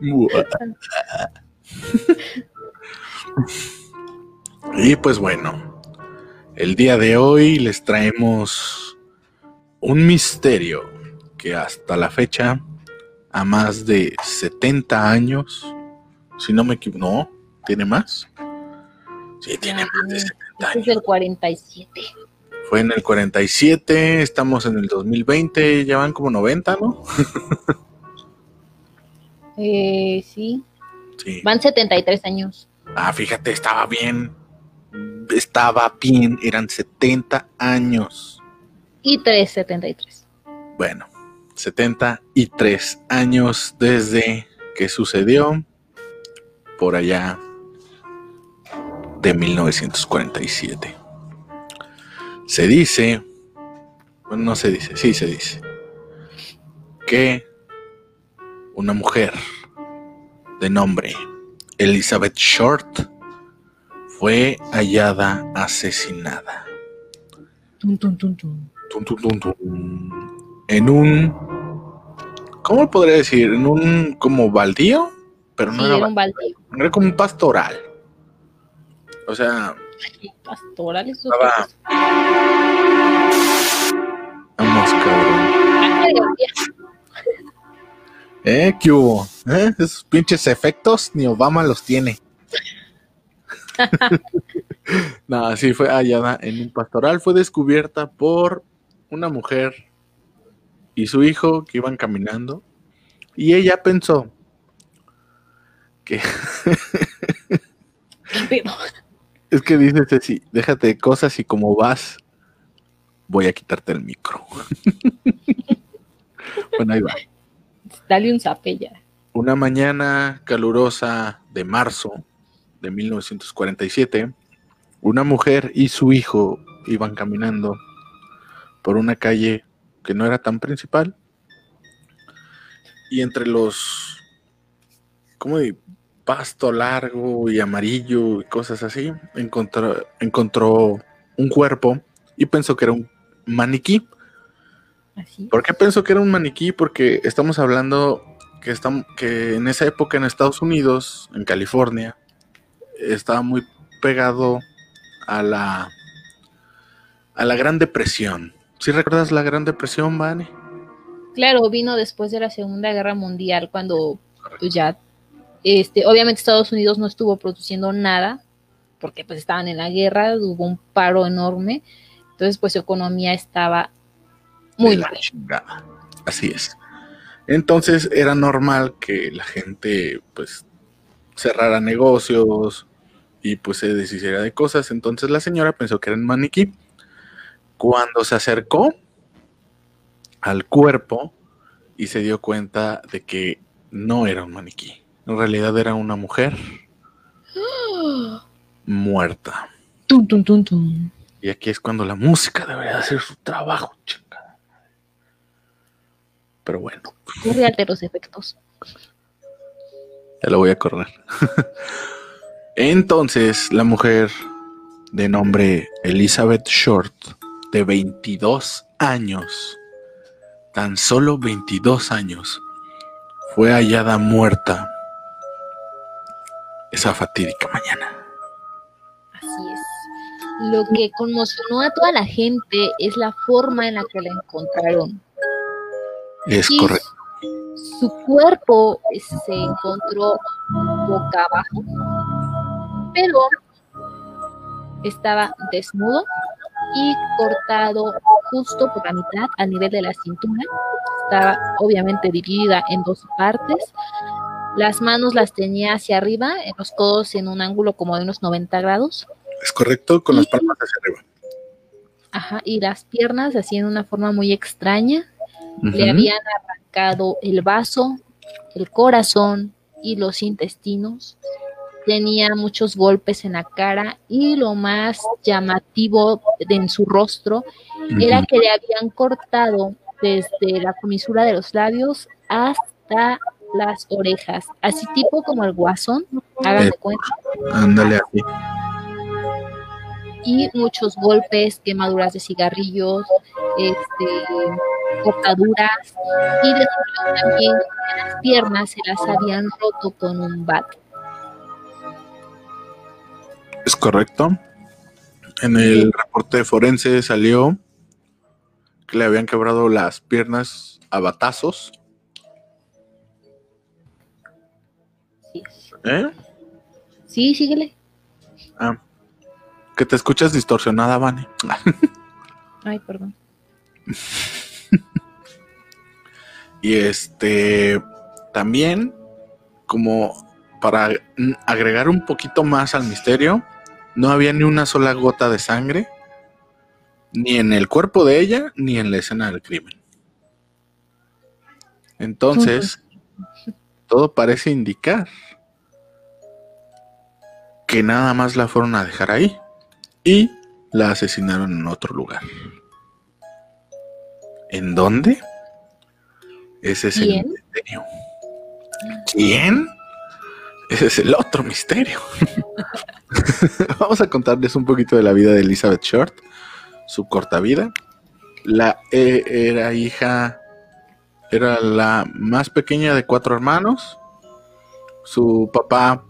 Speaker 1: Y pues bueno, el día de hoy les traemos un misterio que hasta la fecha, a más de setenta años, si no me equivoco, no, ¿tiene más? Sí, tiene más de setenta
Speaker 2: Este es
Speaker 1: años.
Speaker 2: el cuarenta y siete.
Speaker 1: Fue en el cuarenta y siete, estamos en el dos mil veinte, ya van como noventa, ¿no?
Speaker 2: Eh, sí.
Speaker 1: Sí.
Speaker 2: Van setenta y tres años.
Speaker 1: Ah, fíjate, estaba bien. Estaba bien, eran setenta años.
Speaker 2: Y tres, setenta y tres.
Speaker 1: Bueno, setenta y tres años desde que sucedió por allá de mil novecientos cuarenta y siete. Se dice, bueno, no se dice, sí se dice, que una mujer de nombre Elizabeth Short fue hallada asesinada.
Speaker 2: Tum, tum, tum, tum.
Speaker 1: Tum, tum, tum, tum. En un, ¿cómo podría decir? En un como baldío, pero no
Speaker 2: Sí,
Speaker 1: era,
Speaker 2: era un
Speaker 1: baldío,
Speaker 2: baldío.
Speaker 1: era como un pastoral. O sea,
Speaker 2: Pastoral, eso
Speaker 1: estaba...
Speaker 2: es.
Speaker 1: Vamos, cabrón.
Speaker 2: Ay,
Speaker 1: ¿Eh? ¿Qué hubo? ¿Eh? Esos pinches efectos ni Obama los tiene. No, sí fue hallada en un pastoral. Fue descubierta por una mujer y su hijo que iban caminando. Y ella pensó que...
Speaker 2: ¿Qué pedo?
Speaker 1: Es que dice Ceci, déjate de cosas y como vas, voy a quitarte el micro. Bueno, ahí va.
Speaker 2: Dale un zape ya.
Speaker 1: Una mañana calurosa de marzo de mil novecientos cuarenta y siete, una mujer y su hijo iban caminando por una calle que no era tan principal y entre los como de pasto largo y amarillo y cosas así encontró, encontró un cuerpo y pensó que era un maniquí.
Speaker 2: Así.
Speaker 1: ¿Por qué pensó que era un maniquí? Porque estamos hablando que, estamos, que en esa época en Estados Unidos, en California, estaba muy pegado a la a la Gran Depresión. ¿Sí recuerdas la Gran Depresión, Vane?
Speaker 2: Claro, vino después de la Segunda Guerra Mundial, cuando pues ya, este, obviamente Estados Unidos no estuvo produciendo nada, porque pues estaban en la guerra, hubo un paro enorme, entonces pues su economía estaba muy
Speaker 1: De la
Speaker 2: mal.
Speaker 1: chingada. Así es. Entonces era normal que la gente pues cerrara negocios y pues se deshiciera de cosas. Entonces la señora pensó que era un maniquí. Cuando se acercó al cuerpo y se dio cuenta de que no era un maniquí, en realidad era una mujer muerta.
Speaker 2: Tum, tum, tum, tum.
Speaker 1: Y aquí es cuando la música debería hacer su trabajo, chingada. Pero bueno,
Speaker 2: Corre ante los efectos.
Speaker 1: ya lo voy a correr. Entonces la mujer de nombre Elizabeth Short, de veintidós años, tan solo veintidós años, fue hallada muerta esa fatídica mañana.
Speaker 2: Así es. Lo que conmocionó a toda la gente es la forma en la que la encontraron.
Speaker 1: Es
Speaker 2: Y
Speaker 1: correcto.
Speaker 2: su cuerpo se encontró boca abajo, pero estaba desnudo y cortado justo por la mitad al nivel de la cintura. Estaba obviamente dividida en dos partes. Las manos las tenía hacia arriba, en los codos en un ángulo como de unos noventa grados.
Speaker 1: Es correcto, con
Speaker 2: Y-
Speaker 1: las palmas hacia arriba.
Speaker 2: Ajá, y las piernas así en una forma muy extraña. Le
Speaker 1: Ujú.
Speaker 2: habían arrancado el vaso, el corazón y los intestinos. Tenía muchos golpes en la cara y lo más llamativo de, en su rostro era
Speaker 1: Ujú.
Speaker 2: que le habían cortado desde la comisura de los labios hasta las orejas, así tipo como el Guasón, hagan
Speaker 1: Eh,
Speaker 2: de cuenta,
Speaker 1: Ándale así.
Speaker 2: y muchos golpes, quemaduras de cigarrillos, este, cortaduras, y descubrió también que las piernas se las habían roto con un bat.
Speaker 1: Es correcto. En el reporte forense salió que le habían quebrado las piernas a batazos.
Speaker 2: Sí,
Speaker 1: ¿Eh?
Speaker 2: sí, síguele.
Speaker 1: Ah, que te escuchas distorsionada, Vane.
Speaker 2: Ay, perdón.
Speaker 1: Y este también, como para agregar un poquito más al misterio, no había ni una sola gota de sangre, ni en el cuerpo de ella, ni en la escena del crimen. Entonces, todo parece indicar que nada más la fueron a dejar ahí y la asesinaron en otro lugar. ¿En dónde? Ese es
Speaker 2: ¿Quién?
Speaker 1: el misterio. ¿Quién? Ese es el otro misterio. Vamos a contarles un poquito de la vida de Elizabeth Short, su corta vida. La eh, era hija, era la más pequeña de cuatro hermanos. Su papá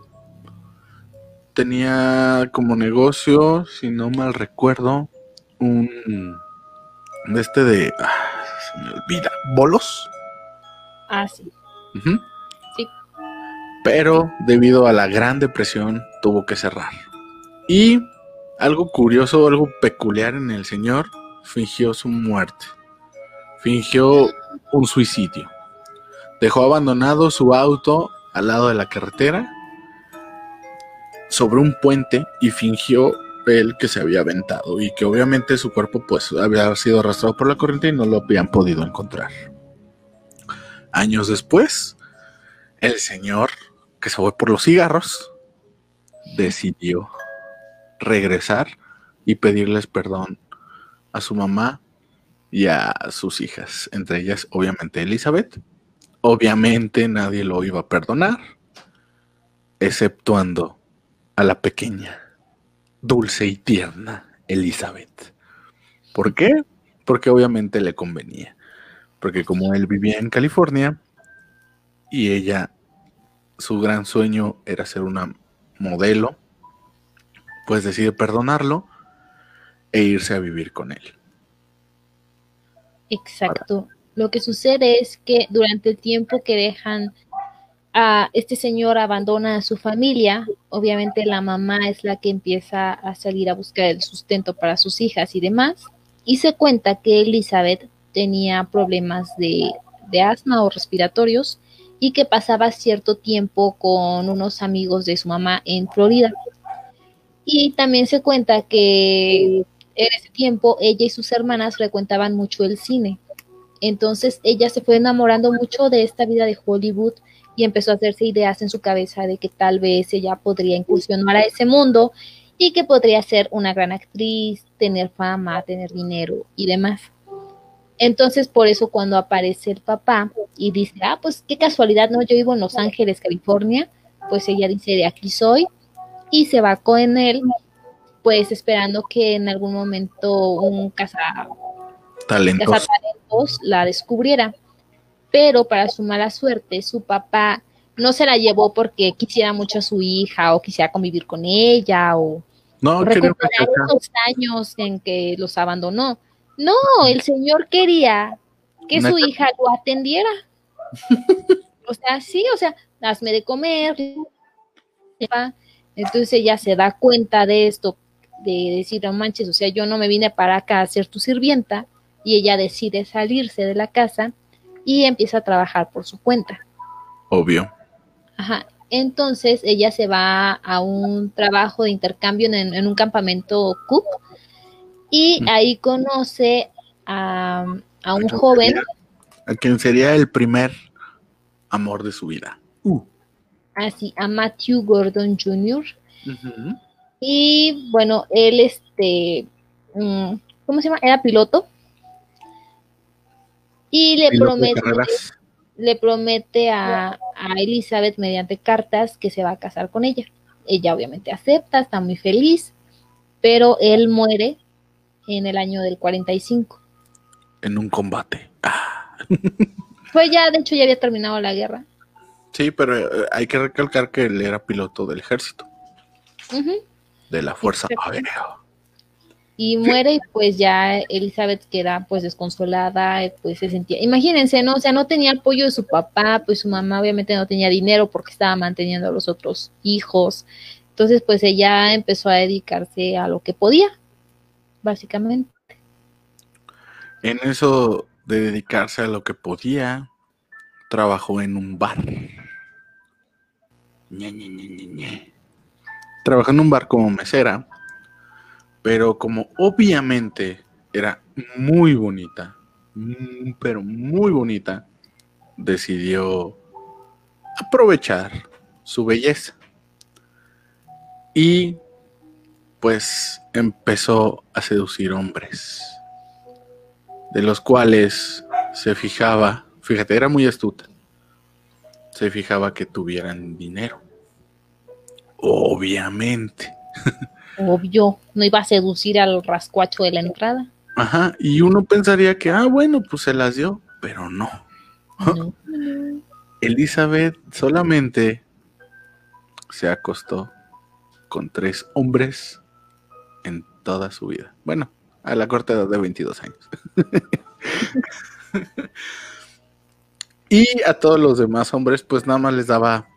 Speaker 1: tenía como negocio, si no mal recuerdo, un de este de, ah, se me olvida, bolos.
Speaker 2: Ah, sí.
Speaker 1: Uh-huh.
Speaker 2: Sí.
Speaker 1: Pero debido a la Gran Depresión tuvo que cerrar. Y algo curioso, algo peculiar en el señor, fingió su muerte. Fingió un suicidio. Dejó abandonado su auto al lado de la carretera, sobre un puente, y fingió él que se había aventado y que obviamente su cuerpo pues había sido arrastrado por la corriente y no lo habían podido encontrar. Años después, el señor, que se fue por los cigarros, decidió regresar y pedirles perdón a su mamá y a sus hijas, entre ellas obviamente Elizabeth. Obviamente nadie lo iba a perdonar, exceptuando a la pequeña, dulce y tierna Elizabeth. ¿Por qué? Porque obviamente le convenía, porque como él vivía en California y ella, su gran sueño era ser una modelo, pues decide perdonarlo e irse a vivir con él.
Speaker 2: Exacto. Lo que sucede es que durante el tiempo que dejan a este señor abandona a su familia. Obviamente la mamá es la que empieza a salir a buscar el sustento para sus hijas y demás, y se cuenta que Elizabeth tenía problemas de, de asma o respiratorios y que pasaba cierto tiempo con unos amigos de su mamá en Florida. Y también se cuenta que en ese tiempo ella y sus hermanas frecuentaban mucho el cine. Entonces ella se fue enamorando mucho de esta vida de Hollywood y empezó a hacerse ideas en su cabeza de que tal vez ella podría incursionar a ese mundo y que podría ser una gran actriz, tener fama, tener dinero y demás. Entonces por eso cuando aparece el papá y dice, ah, pues qué casualidad, ¿no? Yo vivo en Los Ángeles, California, pues ella dice, de aquí soy, y se va con él, pues esperando que en algún momento un caza,
Speaker 1: Talentos.
Speaker 2: cazatalentos la descubriera. Pero para su mala suerte, su papá no se la llevó porque quisiera mucho a su hija o quisiera convivir con ella o
Speaker 1: No,
Speaker 2: recuperar esos años en que los abandonó. No, el señor quería que su hija lo atendiera. O sea, sí, o sea, hazme de comer. Entonces ella se da cuenta de esto, de decir, no manches, o sea, yo no me vine para acá a ser tu sirvienta, y ella decide salirse de la casa y empieza a trabajar por su cuenta.
Speaker 1: Obvio.
Speaker 2: Ajá. Entonces ella se va a un trabajo de intercambio en, en un campamento Cook y mm. ahí conoce a, a un ¿A joven.
Speaker 1: Sería, a quien sería el primer amor de su vida. Uh.
Speaker 2: Así, a Matthew Gordon junior Uh-huh. Y bueno, él este, ¿cómo se llama? Era piloto. Y le
Speaker 1: piloto
Speaker 2: promete, le promete a, a Elizabeth mediante cartas que se va a casar con ella. Ella obviamente acepta, está muy feliz, pero él muere en el año del cuarenta y cinco.
Speaker 1: En un combate. Ah.
Speaker 2: Fue ya, de hecho ya había terminado la guerra.
Speaker 1: Sí, pero hay que recalcar que él era piloto del ejército.
Speaker 2: Uh-huh.
Speaker 1: De la Fuerza Aérea.
Speaker 2: Y muere, y pues ya Elizabeth queda pues desconsolada, pues se sentía, imagínense, ¿no? O sea, no tenía apoyo de su papá, pues su mamá obviamente no tenía dinero porque estaba manteniendo a los otros hijos. Entonces, pues ella empezó a dedicarse a lo que podía, básicamente.
Speaker 1: En eso de dedicarse a lo que podía, trabajó en un bar. Ñe, ñe, ñe, ñe, ñe. Trabajó en un bar como mesera, pero como obviamente era muy bonita, pero muy bonita, decidió aprovechar su belleza. Y pues empezó a seducir hombres, de los cuales se fijaba, fíjate, era muy astuta, se fijaba que tuvieran dinero. Obviamente.
Speaker 2: Obvio, no iba a seducir al rascuacho de la entrada.
Speaker 1: Ajá, y uno pensaría que, ah, bueno, pues se las dio, pero no. No. Elizabeth solamente se acostó con tres hombres en toda su vida. Bueno, a la corta edad de veintidós años. Y a todos los demás hombres, pues nada más les daba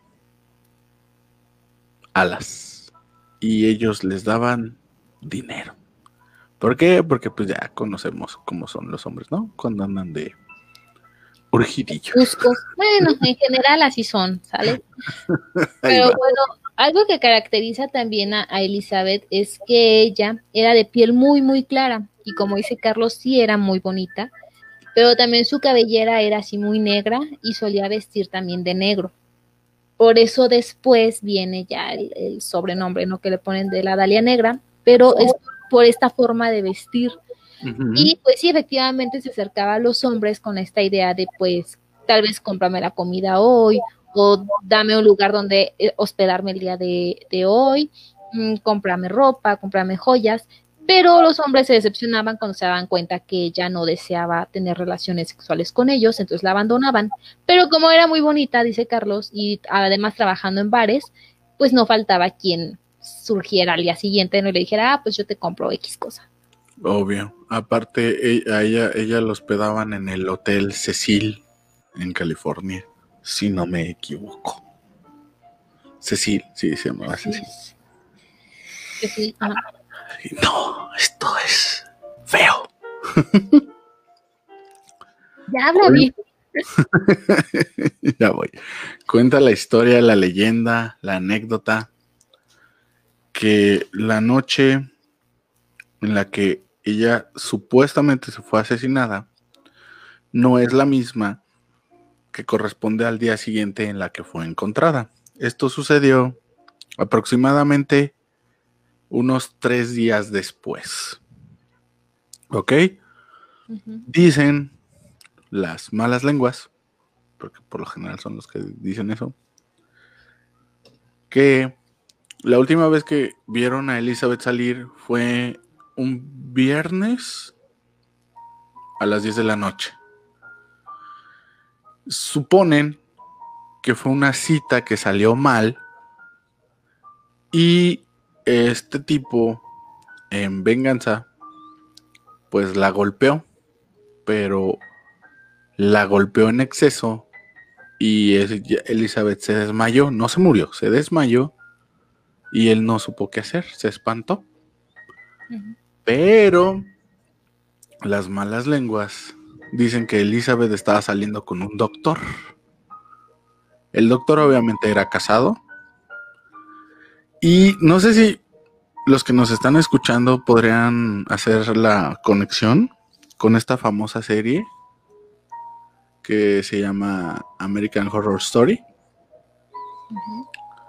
Speaker 1: alas. Y ellos les daban dinero. ¿Por qué? Porque pues ya conocemos cómo son los hombres, ¿no? Cuando andan de urgidillos.
Speaker 2: Justos. Bueno, en general así son, ¿sale? Pero bueno, algo que caracteriza también a, a Elizabeth es que ella era de piel muy, muy clara. Y como dice Carlos, sí era muy bonita. Pero también su cabellera era así muy negra y solía vestir también de negro. Por eso después viene ya el, el sobrenombre, ¿no? Que le ponen de la Dalia Negra, pero es por esta forma de vestir. Uh-huh. Y pues sí, efectivamente se acercaba a los hombres con esta idea de pues tal vez cómprame la comida hoy, o dame un lugar donde hospedarme el día de, de hoy, mmm, cómprame ropa, cómprame joyas. Pero los hombres se decepcionaban cuando se daban cuenta que ella no deseaba tener relaciones sexuales con ellos, entonces la abandonaban. Pero como era muy bonita, dice Carlos, y además trabajando en bares, pues no faltaba quien surgiera al día siguiente, no y le dijera, ah, pues yo te compro X cosa.
Speaker 1: Obvio. Aparte, a ella, ella lo hospedaban en el Hotel Cecil, en California, si no me equivoco. Cecil, sí, se llamaba Cecil.
Speaker 2: Cecil, ajá.
Speaker 1: No, esto es feo.
Speaker 2: Ya habla bien.
Speaker 1: Ya voy. Cuenta la historia, la leyenda, la anécdota, que la noche en la que ella supuestamente se fue asesinada no es la misma que corresponde al día siguiente en la que fue encontrada. Esto sucedió aproximadamente unos tres días después. ¿Ok?
Speaker 2: Uh-huh.
Speaker 1: Dicen las malas lenguas, porque por lo general son los que dicen eso, que la última vez que vieron a Elizabeth salir fue un viernes a las diez de la noche. Suponen que fue una cita que salió mal y este tipo, en venganza, pues la golpeó, pero la golpeó en exceso y Elizabeth se desmayó, no se murió, se desmayó y él no supo qué hacer, se espantó. Uh-huh. Pero las malas lenguas dicen que Elizabeth estaba saliendo con un doctor. El doctor obviamente era casado. Y no sé si los que nos están escuchando podrían hacer la conexión con esta famosa serie que se llama American Horror Story. Uh-huh.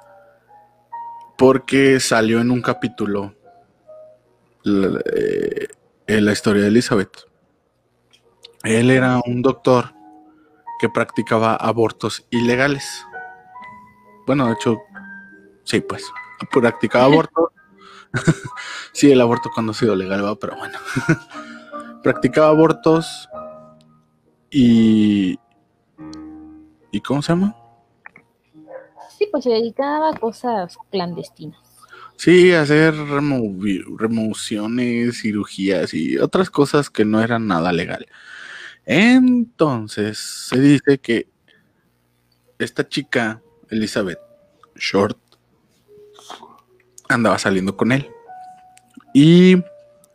Speaker 1: Porque salió en un capítulo la, eh, en la historia de Elizabeth. Él era un doctor que practicaba abortos ilegales. Bueno, de hecho, sí, pues, practicaba abortos. Sí, el aborto cuando ha sido legal, ¿va? Pero bueno. Practicaba abortos y... ¿Y cómo se llama?
Speaker 2: Sí, pues se dedicaba a cosas clandestinas.
Speaker 1: Sí, hacer remo- remociones, cirugías y otras cosas que no eran nada legal. Entonces, se dice que esta chica, Elizabeth Short, andaba saliendo con él. Y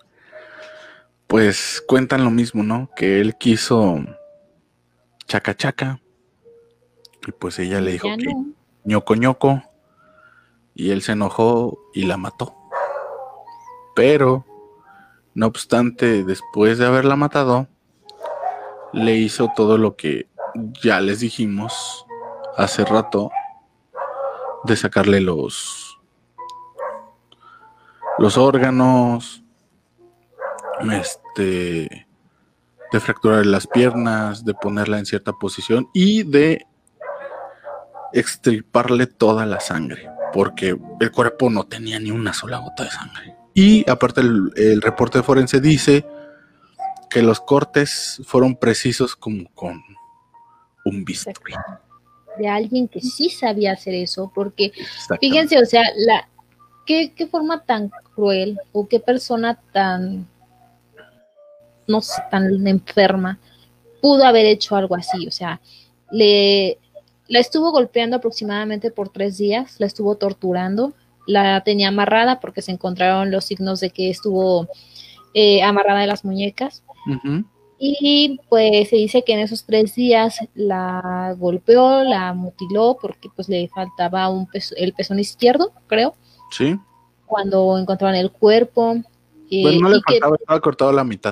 Speaker 1: pues cuentan lo mismo, ¿no? Que él quiso chaca chaca. Y pues ella le dijo
Speaker 2: ya
Speaker 1: que
Speaker 2: no.
Speaker 1: ñoco ñoco. Y él se enojó y la mató. Pero, no obstante, después de haberla matado, le hizo todo lo que ya les dijimos hace rato, de sacarle los los órganos, este, de fracturar las piernas, de ponerla en cierta posición y de extirparle toda la sangre, porque el cuerpo no tenía ni una sola gota de sangre. Y aparte el, el reporte forense dice que los cortes fueron precisos como con un bisturí.
Speaker 2: De alguien que sí sabía hacer eso, porque fíjense, o sea, la ¿qué, qué forma tan cruel o qué persona tan, no sé, tan enferma pudo haber hecho algo así. O sea, le la estuvo golpeando aproximadamente por tres días, la estuvo torturando, la tenía amarrada porque se encontraron los signos de que estuvo eh, amarrada de las muñecas.
Speaker 1: Uh-huh.
Speaker 2: Y pues se dice que en esos tres días la golpeó, la mutiló porque pues le faltaba un pezo, el pezón izquierdo, creo.
Speaker 1: Sí.
Speaker 2: Cuando encontraron el cuerpo. Eh,
Speaker 1: bueno, no le
Speaker 2: y
Speaker 1: faltaba,
Speaker 2: que,
Speaker 1: estaba cortado la mitad.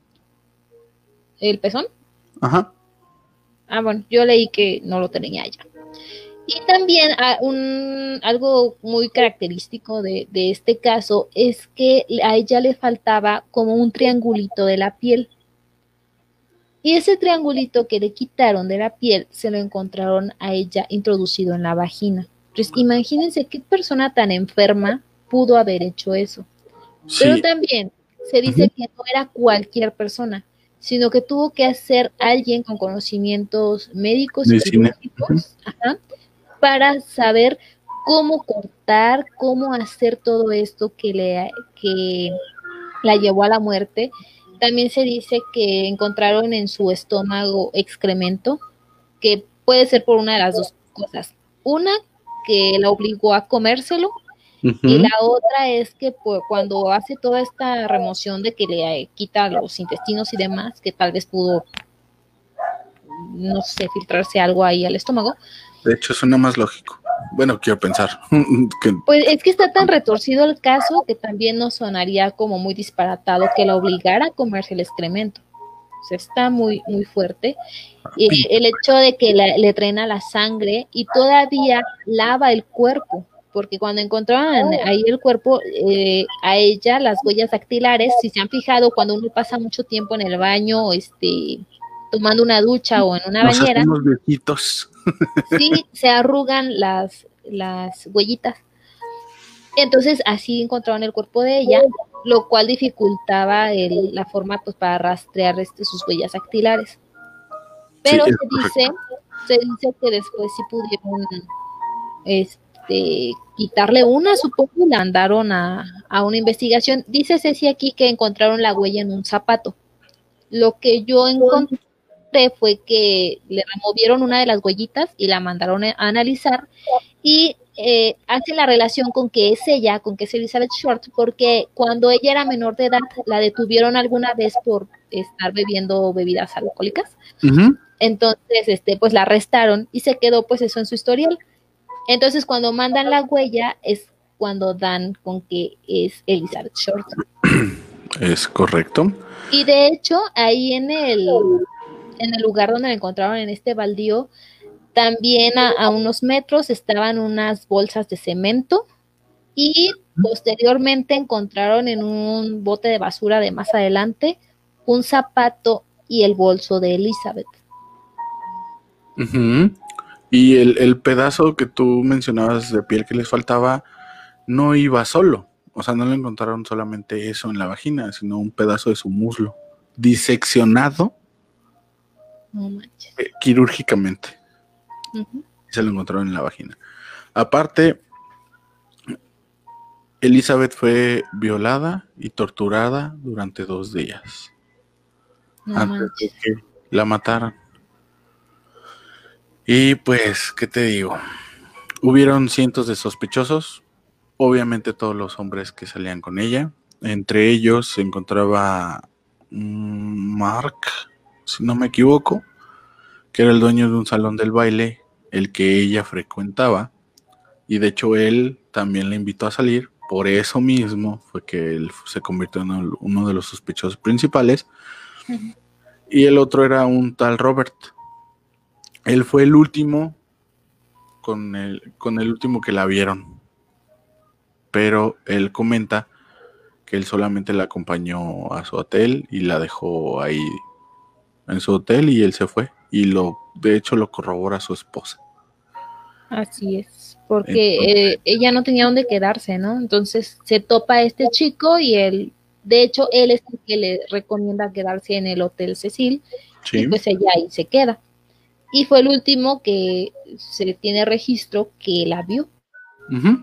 Speaker 2: ¿El pezón?
Speaker 1: Ajá.
Speaker 2: Ah, bueno, yo leí que no lo tenía ya. Y también a un, algo muy característico de, de este caso es que a ella le faltaba como un triangulito de la piel. Y ese triangulito que le quitaron de la piel se lo encontraron a ella introducido en la vagina. Entonces, imagínense qué persona tan enferma pudo haber hecho eso. Sí. Pero también se dice uh-huh. que no era cualquier persona, sino que tuvo que ser alguien con conocimientos médicos y quirúrgicos uh-huh. ajá, para saber cómo cortar, cómo hacer todo esto que, le, que la llevó a la muerte. También se dice que encontraron en su estómago excremento, que puede ser por una de las dos cosas. Una, que la obligó a comérselo.
Speaker 1: Uh-huh.
Speaker 2: Y la otra es que pues, cuando hace toda esta remoción de que le quita los intestinos y demás, que tal vez pudo, no sé, filtrarse algo ahí al estómago.
Speaker 1: De hecho, suena más lógico. Bueno, quiero pensar. que...
Speaker 2: Pues es que está tan retorcido el caso que también nos sonaría como muy disparatado que la obligara a comerse el excremento. O sea, está muy, muy fuerte. Y el hecho de que la, le drena la sangre y todavía lava el cuerpo. Porque cuando encontraban ahí el cuerpo, eh, a ella las huellas dactilares, si se han fijado, cuando uno pasa mucho tiempo en el baño, este, tomando una ducha o en una
Speaker 1: Nos
Speaker 2: bañera,
Speaker 1: hacemos viejitos.
Speaker 2: Sí, se arrugan las, las huellitas. Entonces así encontraron el cuerpo de ella, lo cual dificultaba el, la forma pues para rastrear este, sus huellas dactilares. Pero
Speaker 1: Sí,
Speaker 2: se dice, se dice que después sí pudieron este, quitarle una, supongo, y la mandaron a, a una investigación. Dice Ceci aquí que encontraron la huella en un zapato. Lo que yo encontré fue que le removieron una de las huellitas y la mandaron a analizar y eh, hace la relación con que es ella, con que es Elizabeth Short, porque cuando ella era menor de edad la detuvieron alguna vez por estar bebiendo bebidas alcohólicas.
Speaker 1: Uh-huh.
Speaker 2: Entonces, este, pues la arrestaron y se quedó pues eso en su historial. Entonces, cuando mandan la huella es cuando dan con que es Elizabeth Short.
Speaker 1: Es correcto.
Speaker 2: Y de hecho, ahí en el en el lugar donde la encontraron, en este baldío, también a, a unos metros estaban unas bolsas de cemento y posteriormente encontraron en un bote de basura de más adelante un zapato y el bolso de Elizabeth.
Speaker 1: Uh-huh. Y el, el pedazo que tú mencionabas de piel que les faltaba no iba solo. O sea, no le encontraron solamente eso en la vagina, sino un pedazo de su muslo diseccionado.
Speaker 2: No manches.
Speaker 1: Eh, quirúrgicamente.
Speaker 2: Uh-huh.
Speaker 1: Se lo encontraron en la vagina. Aparte, Elizabeth fue violada y torturada durante dos días.
Speaker 2: No
Speaker 1: antes
Speaker 2: manches.
Speaker 1: de que la mataran. Y pues, ¿qué te digo? Hubieron cientos de sospechosos. Obviamente todos los hombres que salían con ella. Entre ellos se encontraba Mark, si no me equivoco, que era el dueño de un salón del baile, el que ella frecuentaba, y de hecho él también la invitó a salir. Por eso mismo fue que él se convirtió en uno de los sospechosos principales. Uh-huh. Y el otro era un tal Robert. Él fue el último con el, con el último que la vieron, pero él comenta que él solamente la acompañó a su hotel y la dejó ahí en su hotel y él se fue. Y lo, de hecho lo corrobora su esposa.
Speaker 2: Así es, porque Entonces, eh, ella no tenía dónde quedarse, ¿no? Entonces se topa a este chico y él, de hecho, él es el que le recomienda quedarse en el Hotel Cecil, sí. Y pues ella ahí se queda. Y fue el último que se tiene registro que la vio.
Speaker 1: Uh-huh.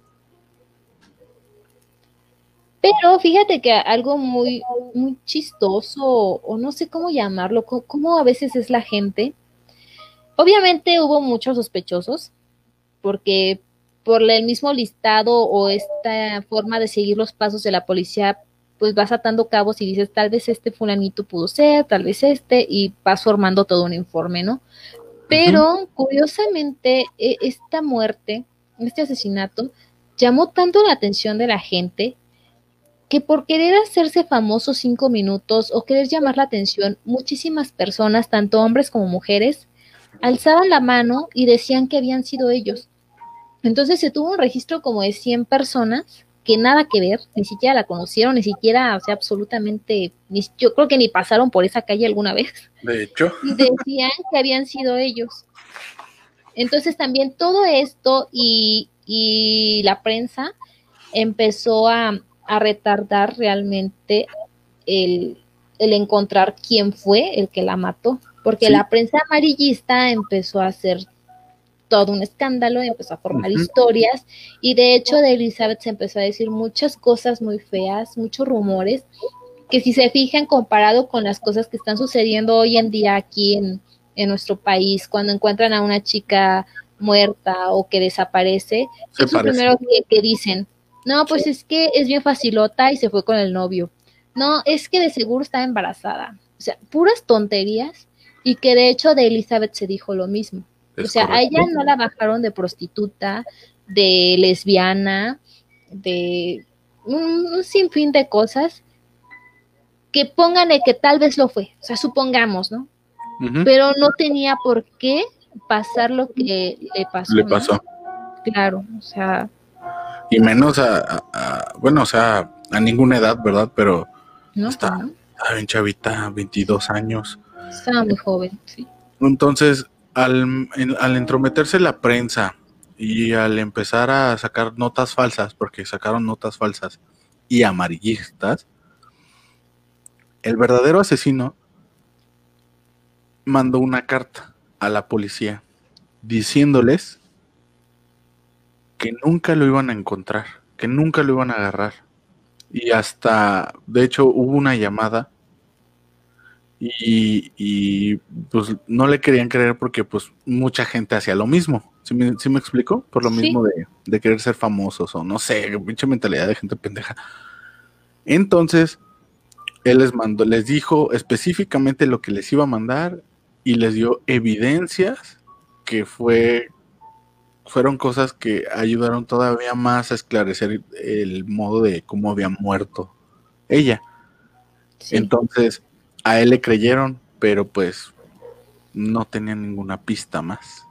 Speaker 2: Pero fíjate que algo muy, muy chistoso, o no sé cómo llamarlo, cómo a veces es la gente. Obviamente hubo muchos sospechosos, porque por el mismo listado o esta forma de seguir los pasos de la policía, pues vas atando cabos y dices, tal vez este fulanito pudo ser, tal vez este, y vas formando todo un informe, ¿no? Pero, uh-huh. curiosamente, esta muerte, este asesinato, llamó tanto la atención de la gente que por querer hacerse famoso cinco minutos o querer llamar la atención, muchísimas personas, tanto hombres como mujeres, alzaban la mano y decían que habían sido ellos. Entonces se tuvo un registro como de cien personas que nada que ver, ni siquiera la conocieron, ni siquiera, o sea, absolutamente, ni, yo creo que ni pasaron por esa calle alguna vez.
Speaker 1: De hecho.
Speaker 2: Y decían que habían sido ellos. Entonces también todo esto y, y la prensa empezó a, a retardar realmente el, el encontrar quién fue el que la mató. Porque sí. La prensa amarillista empezó a hacer todo un escándalo, empezó a formar uh-huh. historias, y de hecho de Elizabeth se empezó a decir muchas cosas muy feas, muchos rumores, que si se fijan comparado con las cosas que están sucediendo hoy en día aquí en, en nuestro país, cuando encuentran a una chica muerta o que desaparece,
Speaker 1: Se
Speaker 2: es lo
Speaker 1: parece.
Speaker 2: primero que, que dicen. No, pues es que es bien facilota y se fue con el novio. No, es que de seguro está embarazada. O sea, puras tonterías. Y que de hecho de Elizabeth se dijo lo mismo.
Speaker 1: Es
Speaker 2: O sea, a
Speaker 1: correcto.
Speaker 2: ella no la bajaron de prostituta, de lesbiana, de un, un sinfín de cosas. Que pónganle que tal vez lo fue. O sea, supongamos, ¿no?
Speaker 1: Ujú.
Speaker 2: Pero no tenía por qué pasar lo que le pasó.
Speaker 1: Le
Speaker 2: ¿no?
Speaker 1: pasó.
Speaker 2: Claro, o sea,
Speaker 1: Y menos a, a- a- bueno, o sea, a ninguna edad, ¿verdad? Pero
Speaker 2: no,
Speaker 1: está,
Speaker 2: pues no.
Speaker 1: está bien chavita, veintidós años.
Speaker 2: Estaba muy joven, sí.
Speaker 1: Entonces, al, en- al entrometerse la prensa y al empezar a sacar notas falsas, porque sacaron notas falsas y amarillistas, el verdadero asesino mandó una carta a la policía diciéndoles que nunca lo iban a encontrar, que nunca lo iban a agarrar. Y hasta, de hecho, hubo una llamada y, y, pues no le querían creer porque pues mucha gente hacía lo mismo. ¿Sí me, sí me explico? Por lo
Speaker 2: Sí.
Speaker 1: mismo de, de querer ser famosos o no sé, pinche mentalidad de gente pendeja. Entonces, él les mandó, les dijo específicamente lo que les iba a mandar y les dio evidencias que fue fueron cosas que ayudaron todavía más a esclarecer el modo de cómo había muerto ella.
Speaker 2: Sí.
Speaker 1: Entonces, a él le creyeron, pero pues no tenía ninguna pista más.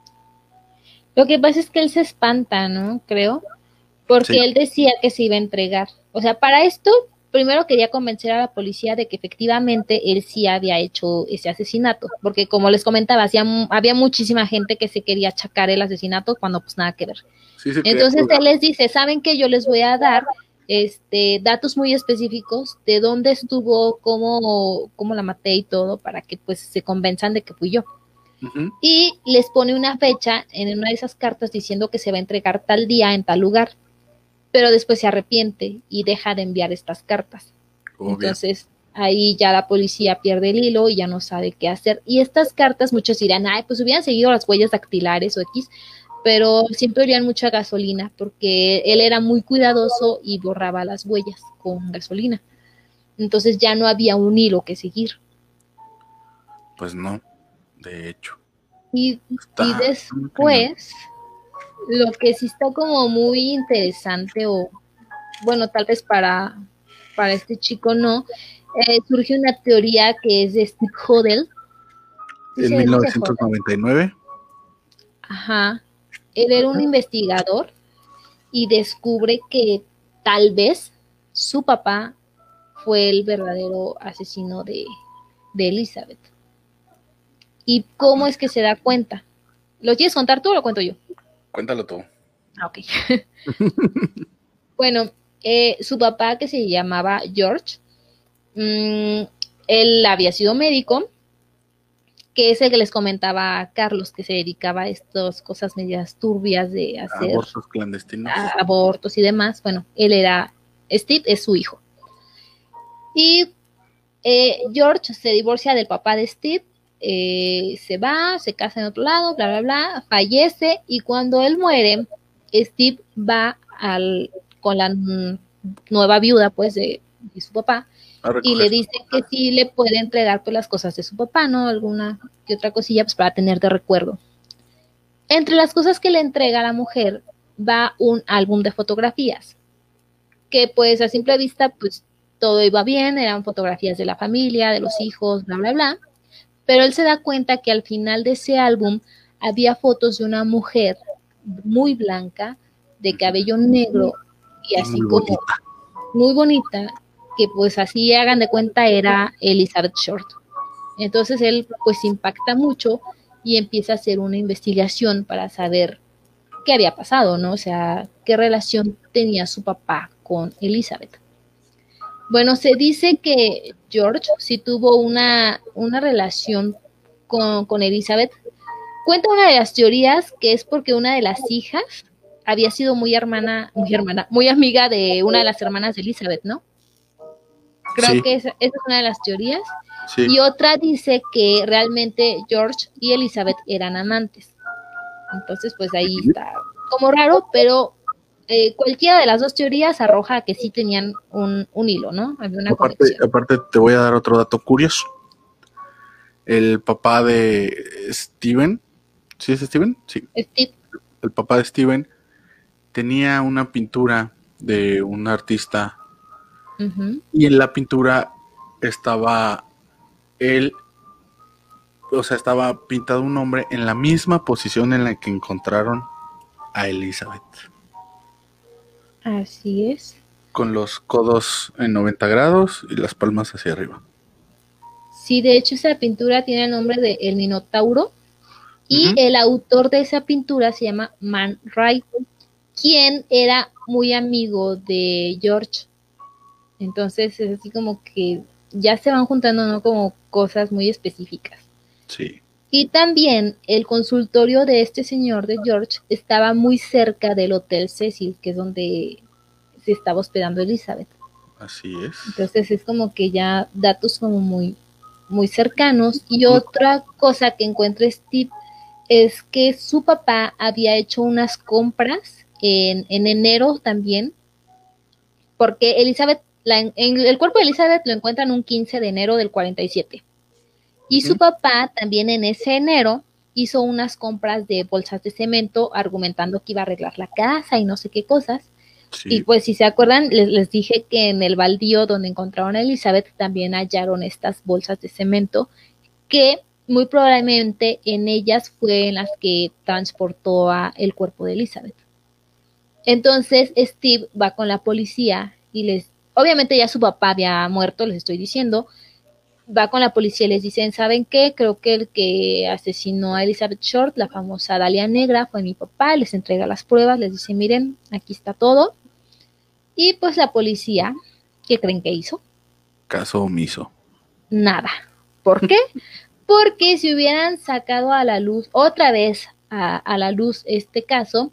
Speaker 2: Lo que pasa es que él se espanta, ¿no? Creo, porque
Speaker 1: Sí.
Speaker 2: él decía que se iba a entregar. O sea, para esto, primero quería convencer a la policía de que efectivamente él sí había hecho ese asesinato, porque como les comentaba, hacía, había muchísima gente que se quería achacar el asesinato cuando pues nada que ver.
Speaker 1: Sí se
Speaker 2: Entonces
Speaker 1: cree,
Speaker 2: él les dice, ¿saben qué? Yo les voy a dar este datos muy específicos de dónde estuvo, cómo, cómo la maté y todo, para que pues se convenzan de que fui yo.
Speaker 1: uh-huh.
Speaker 2: Y les pone una fecha en una de esas cartas diciendo que se va a entregar tal día en tal lugar, pero después se arrepiente y deja de enviar estas cartas. Obvio. Entonces ahí ya la policía pierde el hilo y ya no sabe qué hacer. Y estas cartas, muchos dirán, ay, pues hubieran seguido las huellas dactilares o X, pero siempre olían mucha gasolina porque él era muy cuidadoso y borraba las huellas con gasolina. Entonces ya no había un hilo que seguir.
Speaker 1: Pues no, de hecho.
Speaker 2: Y, y después, lo que sí está como muy interesante, o bueno, tal vez para, para este chico no, eh, surge una teoría que es de Steve Hodel.
Speaker 1: En mil novecientos noventa y nueve.
Speaker 2: Ajá. Él era un investigador y descubre que tal vez su papá fue el verdadero asesino de, de Elizabeth. ¿Y cómo es que se da cuenta? ¿Lo quieres contar tú o lo cuento yo?
Speaker 1: Cuéntalo tú.
Speaker 2: Ah, ok. Bueno, eh, su papá, que se llamaba George, mmm, él había sido médico, que es el que les comentaba a Carlos, que se dedicaba a estas cosas medias turbias de hacer
Speaker 1: abortos clandestinos,
Speaker 2: a, abortos y demás. Bueno, él era, Steve es su hijo. Y eh, George se divorcia del papá de Steve, eh, se va, se casa en otro lado, bla, bla, bla, fallece, y cuando él muere, Steve va al, con la n- nueva viuda, pues, de, de su papá, y le dice que sí le puede entregar pues las cosas de su papá, ¿no? Alguna que otra cosilla pues para tener de recuerdo. Entre las cosas que le entrega a la mujer va un álbum de fotografías, que pues a simple vista pues todo iba bien, eran fotografías de la familia, de los hijos, bla, bla, bla, pero él se da cuenta que al final de ese álbum había fotos de una mujer muy blanca, de cabello negro y así
Speaker 1: muy
Speaker 2: como
Speaker 1: bonita.
Speaker 2: muy bonita, que pues así hagan de cuenta era Elizabeth Short. Entonces él pues impacta mucho y empieza a hacer una investigación para saber qué había pasado, ¿no? O sea, qué relación tenía su papá con Elizabeth. Bueno, se dice que George sí tuvo una, una relación con, con Elizabeth. Cuenta una de las teorías que es porque una de las hijas había sido muy hermana, muy hermana, muy amiga de una de las hermanas de Elizabeth, ¿no? Creo
Speaker 1: Sí.
Speaker 2: que esa, esa es una de las teorías.
Speaker 1: Sí.
Speaker 2: Y otra dice que realmente George y Elizabeth eran amantes. Entonces, pues ahí está como raro, pero eh, cualquiera de las dos teorías arroja que sí tenían un, un hilo, ¿no? Había una
Speaker 1: Aparte,
Speaker 2: conexión.
Speaker 1: aparte, te voy a dar otro dato curioso. El papá de Steven, ¿sí es Steven? Sí.
Speaker 2: Steve.
Speaker 1: El papá de Steven tenía una pintura de un artista
Speaker 2: Uh-huh.
Speaker 1: y en la pintura estaba él, o sea, estaba pintado un hombre en la misma posición en la que encontraron a Elizabeth.
Speaker 2: Así es.
Speaker 1: Con los codos en noventa grados y las palmas hacia arriba.
Speaker 2: Sí, de hecho esa pintura tiene el nombre de El Minotauro y uh-huh. el autor de esa pintura se llama Man Ray, quien era muy amigo de George. Entonces es así como que ya se van juntando, ¿no? Como cosas muy específicas.
Speaker 1: Sí.
Speaker 2: Y también el consultorio de este señor de George estaba muy cerca del Hotel Cecil, que es donde se estaba hospedando Elizabeth.
Speaker 1: Así es.
Speaker 2: Entonces es como que ya datos como muy, muy cercanos. Y otra cosa que encuentra Steve es que su papá había hecho unas compras en, en enero también, porque Elizabeth, la, en, el cuerpo de Elizabeth lo encuentran un quince de enero del cuarenta y siete. Y uh-huh. su papá también en ese enero hizo unas compras de bolsas de cemento argumentando que iba a arreglar la casa y no sé qué cosas. Sí. Y pues si se acuerdan, les, les dije que en el baldío donde encontraron a Elizabeth también hallaron estas bolsas de cemento que muy probablemente en ellas fue en las que transportó a el cuerpo de Elizabeth. Entonces Steve va con la policía y les, obviamente ya su papá había muerto, les estoy diciendo, va con la policía y les dicen, ¿saben qué? Creo que el que asesinó a Elizabeth Short, la famosa Dalia Negra, fue mi papá, les entrega las pruebas, les dice, miren, aquí está todo. Y pues la policía, ¿qué creen que hizo?
Speaker 1: Caso omiso.
Speaker 2: Nada. ¿Por qué? Porque si hubieran sacado a la luz, otra vez a, a la luz este caso,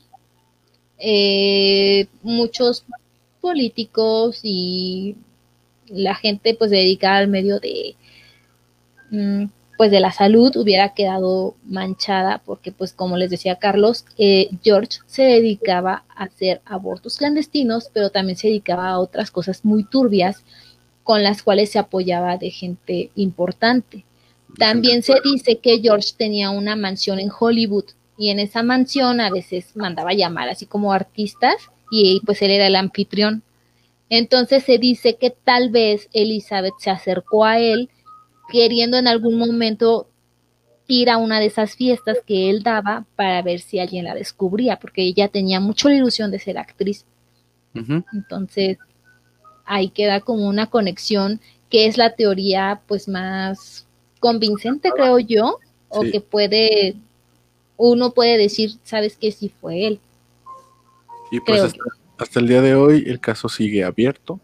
Speaker 2: eh, muchos políticos y la gente pues dedicada al medio de pues de la salud hubiera quedado manchada porque pues como les decía Carlos, eh, George se dedicaba a hacer abortos clandestinos, pero también se dedicaba a otras cosas muy turbias con las cuales se apoyaba de gente importante. También se dice que George tenía una mansión en Hollywood y en esa mansión a veces mandaba llamar así como artistas y pues él era el anfitrión. Entonces se dice que tal vez Elizabeth se acercó a él queriendo en algún momento ir a una de esas fiestas que él daba para ver si alguien la descubría, porque ella tenía mucho la ilusión de ser actriz. Uh-huh. Entonces, ahí queda como una conexión que es la teoría pues más convincente, creo yo, sí. O que puede, uno puede decir, ¿sabes qué? Sí fue él.
Speaker 1: Y pues hasta, hasta el día de hoy el caso sigue abierto,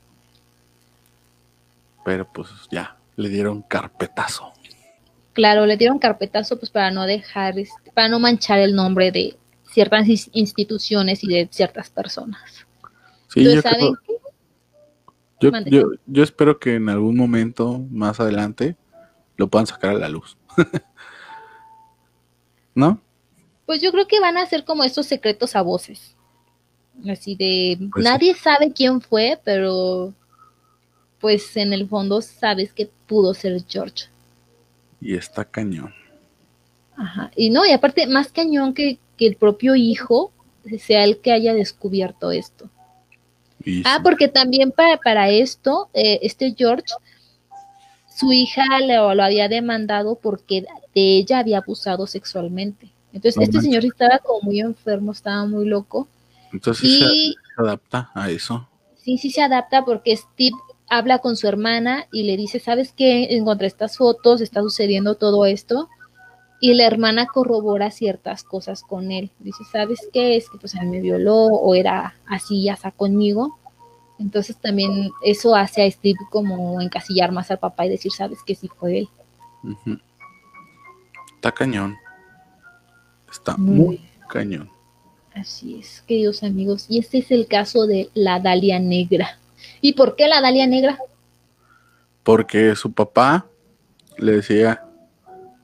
Speaker 1: pero pues ya le dieron carpetazo.
Speaker 2: Claro, le dieron carpetazo pues para no dejar, para no manchar el nombre de ciertas instituciones y de ciertas personas.
Speaker 1: Sí, Entonces, yo, ¿saben creo, yo, yo, yo espero que en algún momento más adelante lo puedan sacar a la luz. ¿No?
Speaker 2: Pues yo creo que van a ser como estos secretos a voces. Así de, pues nadie sí. sabe quién fue, pero pues en el fondo sabes que pudo ser George.
Speaker 1: Y está cañón.
Speaker 2: Ajá. Y no, y aparte, más cañón que, que el propio hijo sea el que haya descubierto esto. Y ah, sí. Porque también para, para esto, eh, este George, su hija lo, lo había demandado porque de ella había abusado sexualmente. Entonces, no este manches. señor estaba como muy enfermo, estaba muy loco.
Speaker 1: Entonces, y, se adapta a eso.
Speaker 2: Sí, sí se adapta porque Steve habla con su hermana y le dice, ¿sabes qué? Encontré estas fotos, está sucediendo todo esto. Y la hermana corrobora ciertas cosas con él. Dice, ¿sabes qué? Es que pues a mí me violó o era así, ya está conmigo. Entonces también eso hace a Steve como encasillar más al papá y decir, ¿sabes qué? Sí fue él.
Speaker 1: Uh-huh. Está cañón. Está muy, muy cañón.
Speaker 2: Así es, queridos amigos. Y este es el caso de la Dalia Negra. ¿Y por qué la Dalia Negra?
Speaker 1: Porque su papá le decía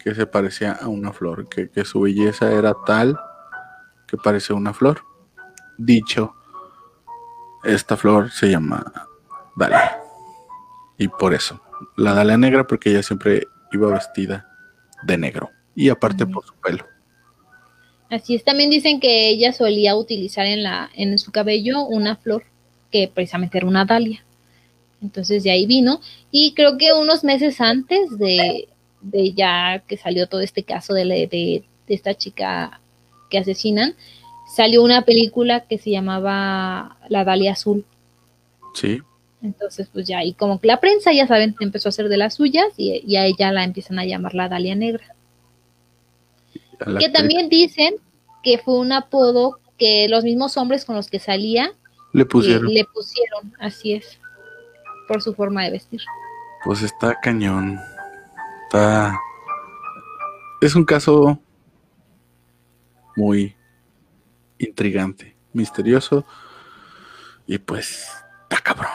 Speaker 1: que se parecía a una flor, que, que su belleza era tal que parecía una flor. Dicho, esta flor se llama Dalia. Y por eso, la Dalia negra, porque ella siempre iba vestida de negro. Y aparte por su pelo.
Speaker 2: Así es, también dicen que ella solía utilizar en la en su cabello una flor que precisamente era una dalia. Entonces de ahí vino. Y creo que unos meses antes de, de ya que salió todo este caso de, de, de esta chica que asesinan, salió una película que se llamaba La Dalia Azul.
Speaker 1: Sí.
Speaker 2: Entonces pues ya, y como que la prensa, ya saben, empezó a hacer de las suyas y, y a ella la empiezan a llamar la Dalia Negra. Que también dicen que fue un apodo que los mismos hombres con los que salía
Speaker 1: le pusieron.
Speaker 2: Eh, le pusieron, así es, por su forma de vestir.
Speaker 1: Pues está cañón. Está... Es un caso muy intrigante, misterioso y pues está cabrón.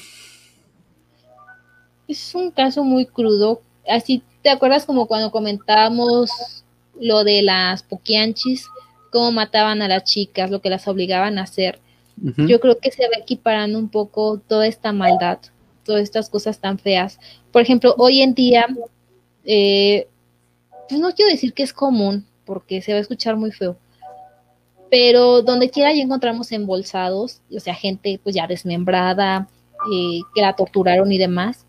Speaker 2: Es un caso muy crudo. Así, ¿te acuerdas como cuando comentábamos lo de las poquianchis, cómo mataban a las chicas, lo que las obligaban a hacer? Uh-huh. Yo creo que se va equiparando un poco toda esta maldad, todas estas cosas tan feas. Por ejemplo, hoy en día, eh, pues no quiero decir que es común, porque se va a escuchar muy feo, pero donde quiera ya encontramos embolsados, o sea, gente pues ya desmembrada, eh, que la torturaron y demás.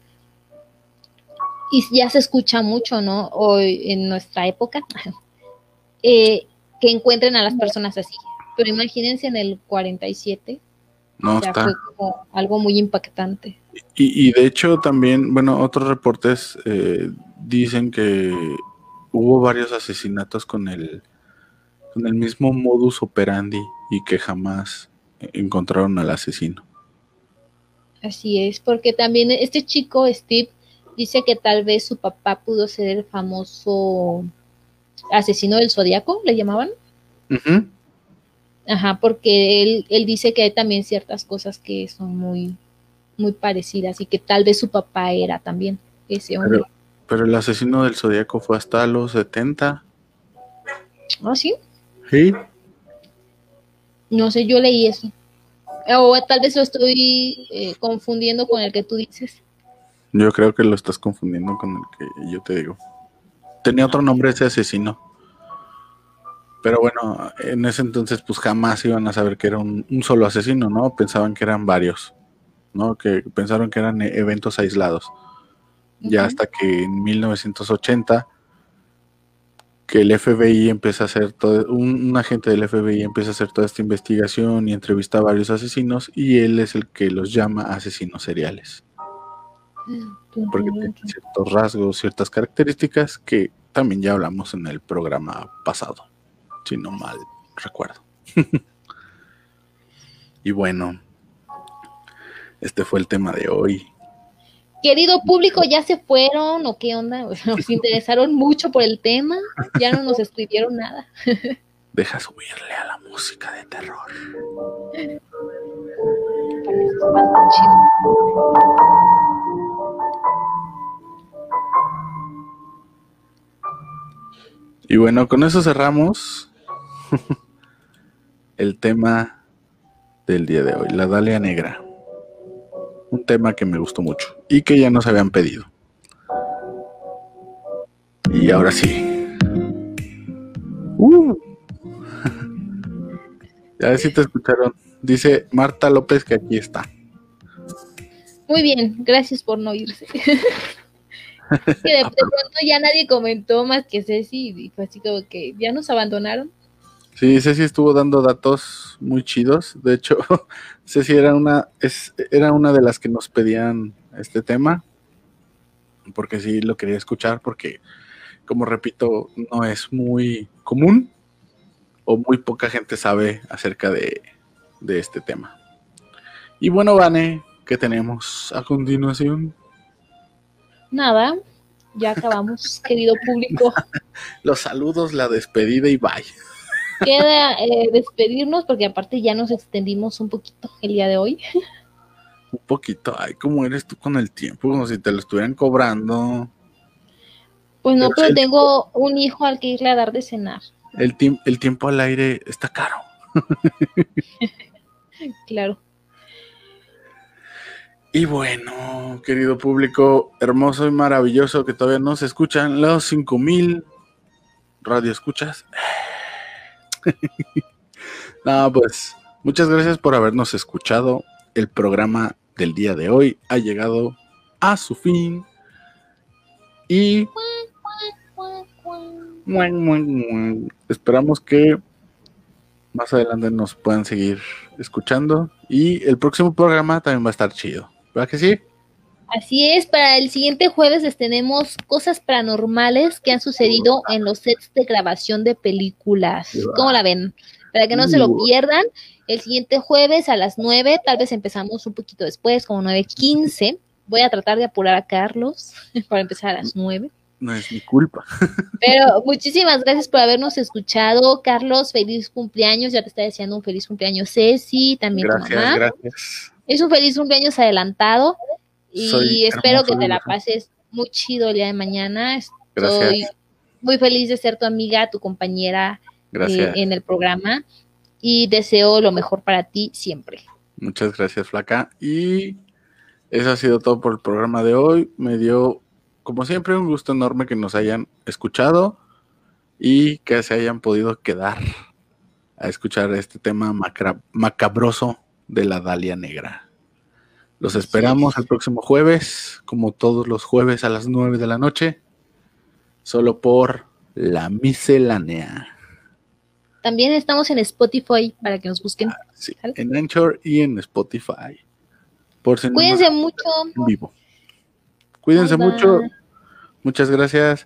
Speaker 2: Y ya se escucha mucho, ¿no? Hoy en nuestra época, eh, que encuentren a las personas así. Pero imagínense en el cuarenta y siete.
Speaker 1: No,
Speaker 2: o sea,
Speaker 1: está.
Speaker 2: Fue como algo muy impactante.
Speaker 1: Y, y de hecho también, bueno, otros reportes eh, dicen que hubo varios asesinatos con el, con el mismo modus operandi y que jamás encontraron al asesino.
Speaker 2: Así es, porque también este chico, Steve, dice que tal vez su papá pudo ser el famoso asesino del Zodíaco, ¿le llamaban?
Speaker 1: Uh-huh.
Speaker 2: Ajá, porque él, él dice que hay también ciertas cosas que son muy, muy parecidas y que tal vez su papá era también ese hombre.
Speaker 1: Pero, pero el asesino del Zodíaco fue hasta los setenta.
Speaker 2: ¿Ah, sí?
Speaker 1: Sí.
Speaker 2: No sé, yo leí eso. O tal vez lo estoy eh, confundiendo con el que tú dices.
Speaker 1: Yo creo que lo estás confundiendo con el que yo te digo. Tenía otro nombre ese asesino. Pero bueno, en ese entonces pues jamás iban a saber que era un, un solo asesino, ¿no? Pensaban que eran varios, ¿no? Que pensaron que eran eventos aislados. Uh-huh. Ya hasta que en mil novecientos ochenta que el F B I empieza a hacer todo, un, un agente del F B I empieza a hacer toda esta investigación y entrevista a varios asesinos y él es el que los llama asesinos seriales. Uh-huh. Porque tienen ciertos rasgos, ciertas características que también ya hablamos en el programa pasado, si no mal recuerdo. Y bueno, este fue el tema de hoy.
Speaker 2: Querido público, ¿ya se fueron o qué onda? ¿Nos interesaron mucho por el tema? ¿Ya no nos escribieron nada?
Speaker 1: Deja subirle a la música de terror.
Speaker 2: Para que se espanten chido.
Speaker 1: Y bueno, con eso cerramos el tema del día de hoy, la Dalia Negra. Un tema que me gustó mucho y que ya nos habían pedido. Y ahora sí. Uh. A ver si te escucharon. Dice Marta López que aquí está.
Speaker 2: Muy bien, gracias por no irse. Que de, de pronto ya nadie comentó más que Ceci y fue así como que ya nos abandonaron.
Speaker 1: Sí, Ceci estuvo dando datos muy chidos. De hecho, Ceci era una, es, era una de las que nos pedían este tema, porque sí lo quería escuchar, porque, como repito, no es muy común o muy poca gente sabe acerca de, de este tema. Y bueno, Vane, ¿qué tenemos a continuación?
Speaker 2: Nada, ya acabamos, querido público.
Speaker 1: Los saludos, la despedida y bye.
Speaker 2: Queda eh, despedirnos porque aparte ya nos extendimos un poquito el día de hoy.
Speaker 1: Un poquito, ay, ¿cómo eres tú con el tiempo? Como si te lo estuvieran cobrando.
Speaker 2: Pues no,
Speaker 1: Pero
Speaker 2: pero
Speaker 1: sí,
Speaker 2: tengo un hijo al que irle a dar de cenar.
Speaker 1: el, tiemp- el tiempo al aire está caro.
Speaker 2: Claro.
Speaker 1: Y bueno, querido público hermoso y maravilloso que todavía nos escuchan, los cinco mil radioescuchas. No, pues muchas gracias por habernos escuchado. El programa del día de hoy ha llegado a su fin y esperamos que más adelante nos puedan seguir escuchando y el próximo programa también va a estar chido, ¿verdad que sí?
Speaker 2: Así es, para el siguiente jueves les tenemos cosas paranormales que han sucedido en los sets de grabación de películas. ¿Cómo la ven? Para que no se lo pierdan, el siguiente jueves a las nueve, tal vez empezamos un poquito después, como nueve quince. Voy a tratar de apurar a Carlos para empezar a las nueve.
Speaker 1: No es mi culpa.
Speaker 2: Pero muchísimas gracias por habernos escuchado. Carlos, feliz cumpleaños. Ya te está deseando un feliz cumpleaños Ceci, también
Speaker 1: Gracias,
Speaker 2: tu mamá.
Speaker 1: gracias.
Speaker 2: Es un feliz cumpleaños adelantado. Y
Speaker 1: Soy
Speaker 2: espero
Speaker 1: hermoso,
Speaker 2: que te la
Speaker 1: hermoso.
Speaker 2: pases muy chido el día de mañana. Estoy
Speaker 1: Gracias.
Speaker 2: muy feliz de ser tu amiga, tu compañera eh,
Speaker 1: Gracias.
Speaker 2: en el programa. Y deseo lo mejor para ti siempre.
Speaker 1: Muchas gracias, Flaca. Y eso ha sido todo por el programa de hoy. Me dio, como siempre, un gusto enorme que nos hayan escuchado y que se hayan podido quedar a escuchar este tema macra- macabroso de la Dalia Negra. Los
Speaker 2: Así
Speaker 1: esperamos
Speaker 2: es.
Speaker 1: el próximo jueves, como todos los jueves a las nueve de la noche, solo por La Miscelánea.
Speaker 2: También estamos en Spotify para que nos busquen.
Speaker 1: Sí,
Speaker 2: ¿Sale?
Speaker 1: en Anchor y en Spotify. Por si no
Speaker 2: Cuídense
Speaker 1: nos-
Speaker 2: mucho.
Speaker 1: en vivo. Cuídense
Speaker 2: Bye,
Speaker 1: mucho.
Speaker 2: bye.
Speaker 1: Muchas gracias.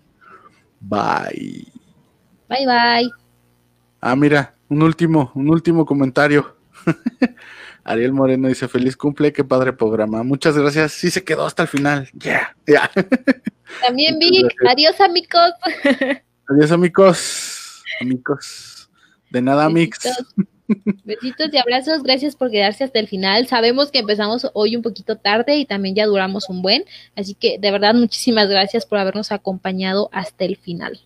Speaker 1: Bye.
Speaker 2: Bye, bye.
Speaker 1: Ah, mira, un último, un último comentario. Ariel Moreno dice, feliz cumple, qué padre programa. Muchas gracias. Sí se quedó hasta el final. Ya, ya.
Speaker 2: También
Speaker 1: Muchas
Speaker 2: Vic.
Speaker 1: gracias.
Speaker 2: Adiós, amigos.
Speaker 1: Adiós, amigos. Amigos. De nada, mix.
Speaker 2: Besitos. Besitos y abrazos, gracias por quedarse hasta el final. Sabemos que empezamos hoy un poquito tarde y también ya duramos un buen, así que de verdad muchísimas gracias por habernos acompañado hasta el final.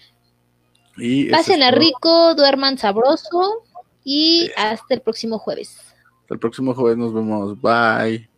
Speaker 1: Y eso
Speaker 2: Pásenla
Speaker 1: es todo.
Speaker 2: rico, duerman sabroso y
Speaker 1: Sí.
Speaker 2: hasta el próximo jueves.
Speaker 1: Hasta el próximo jueves nos vemos. Bye.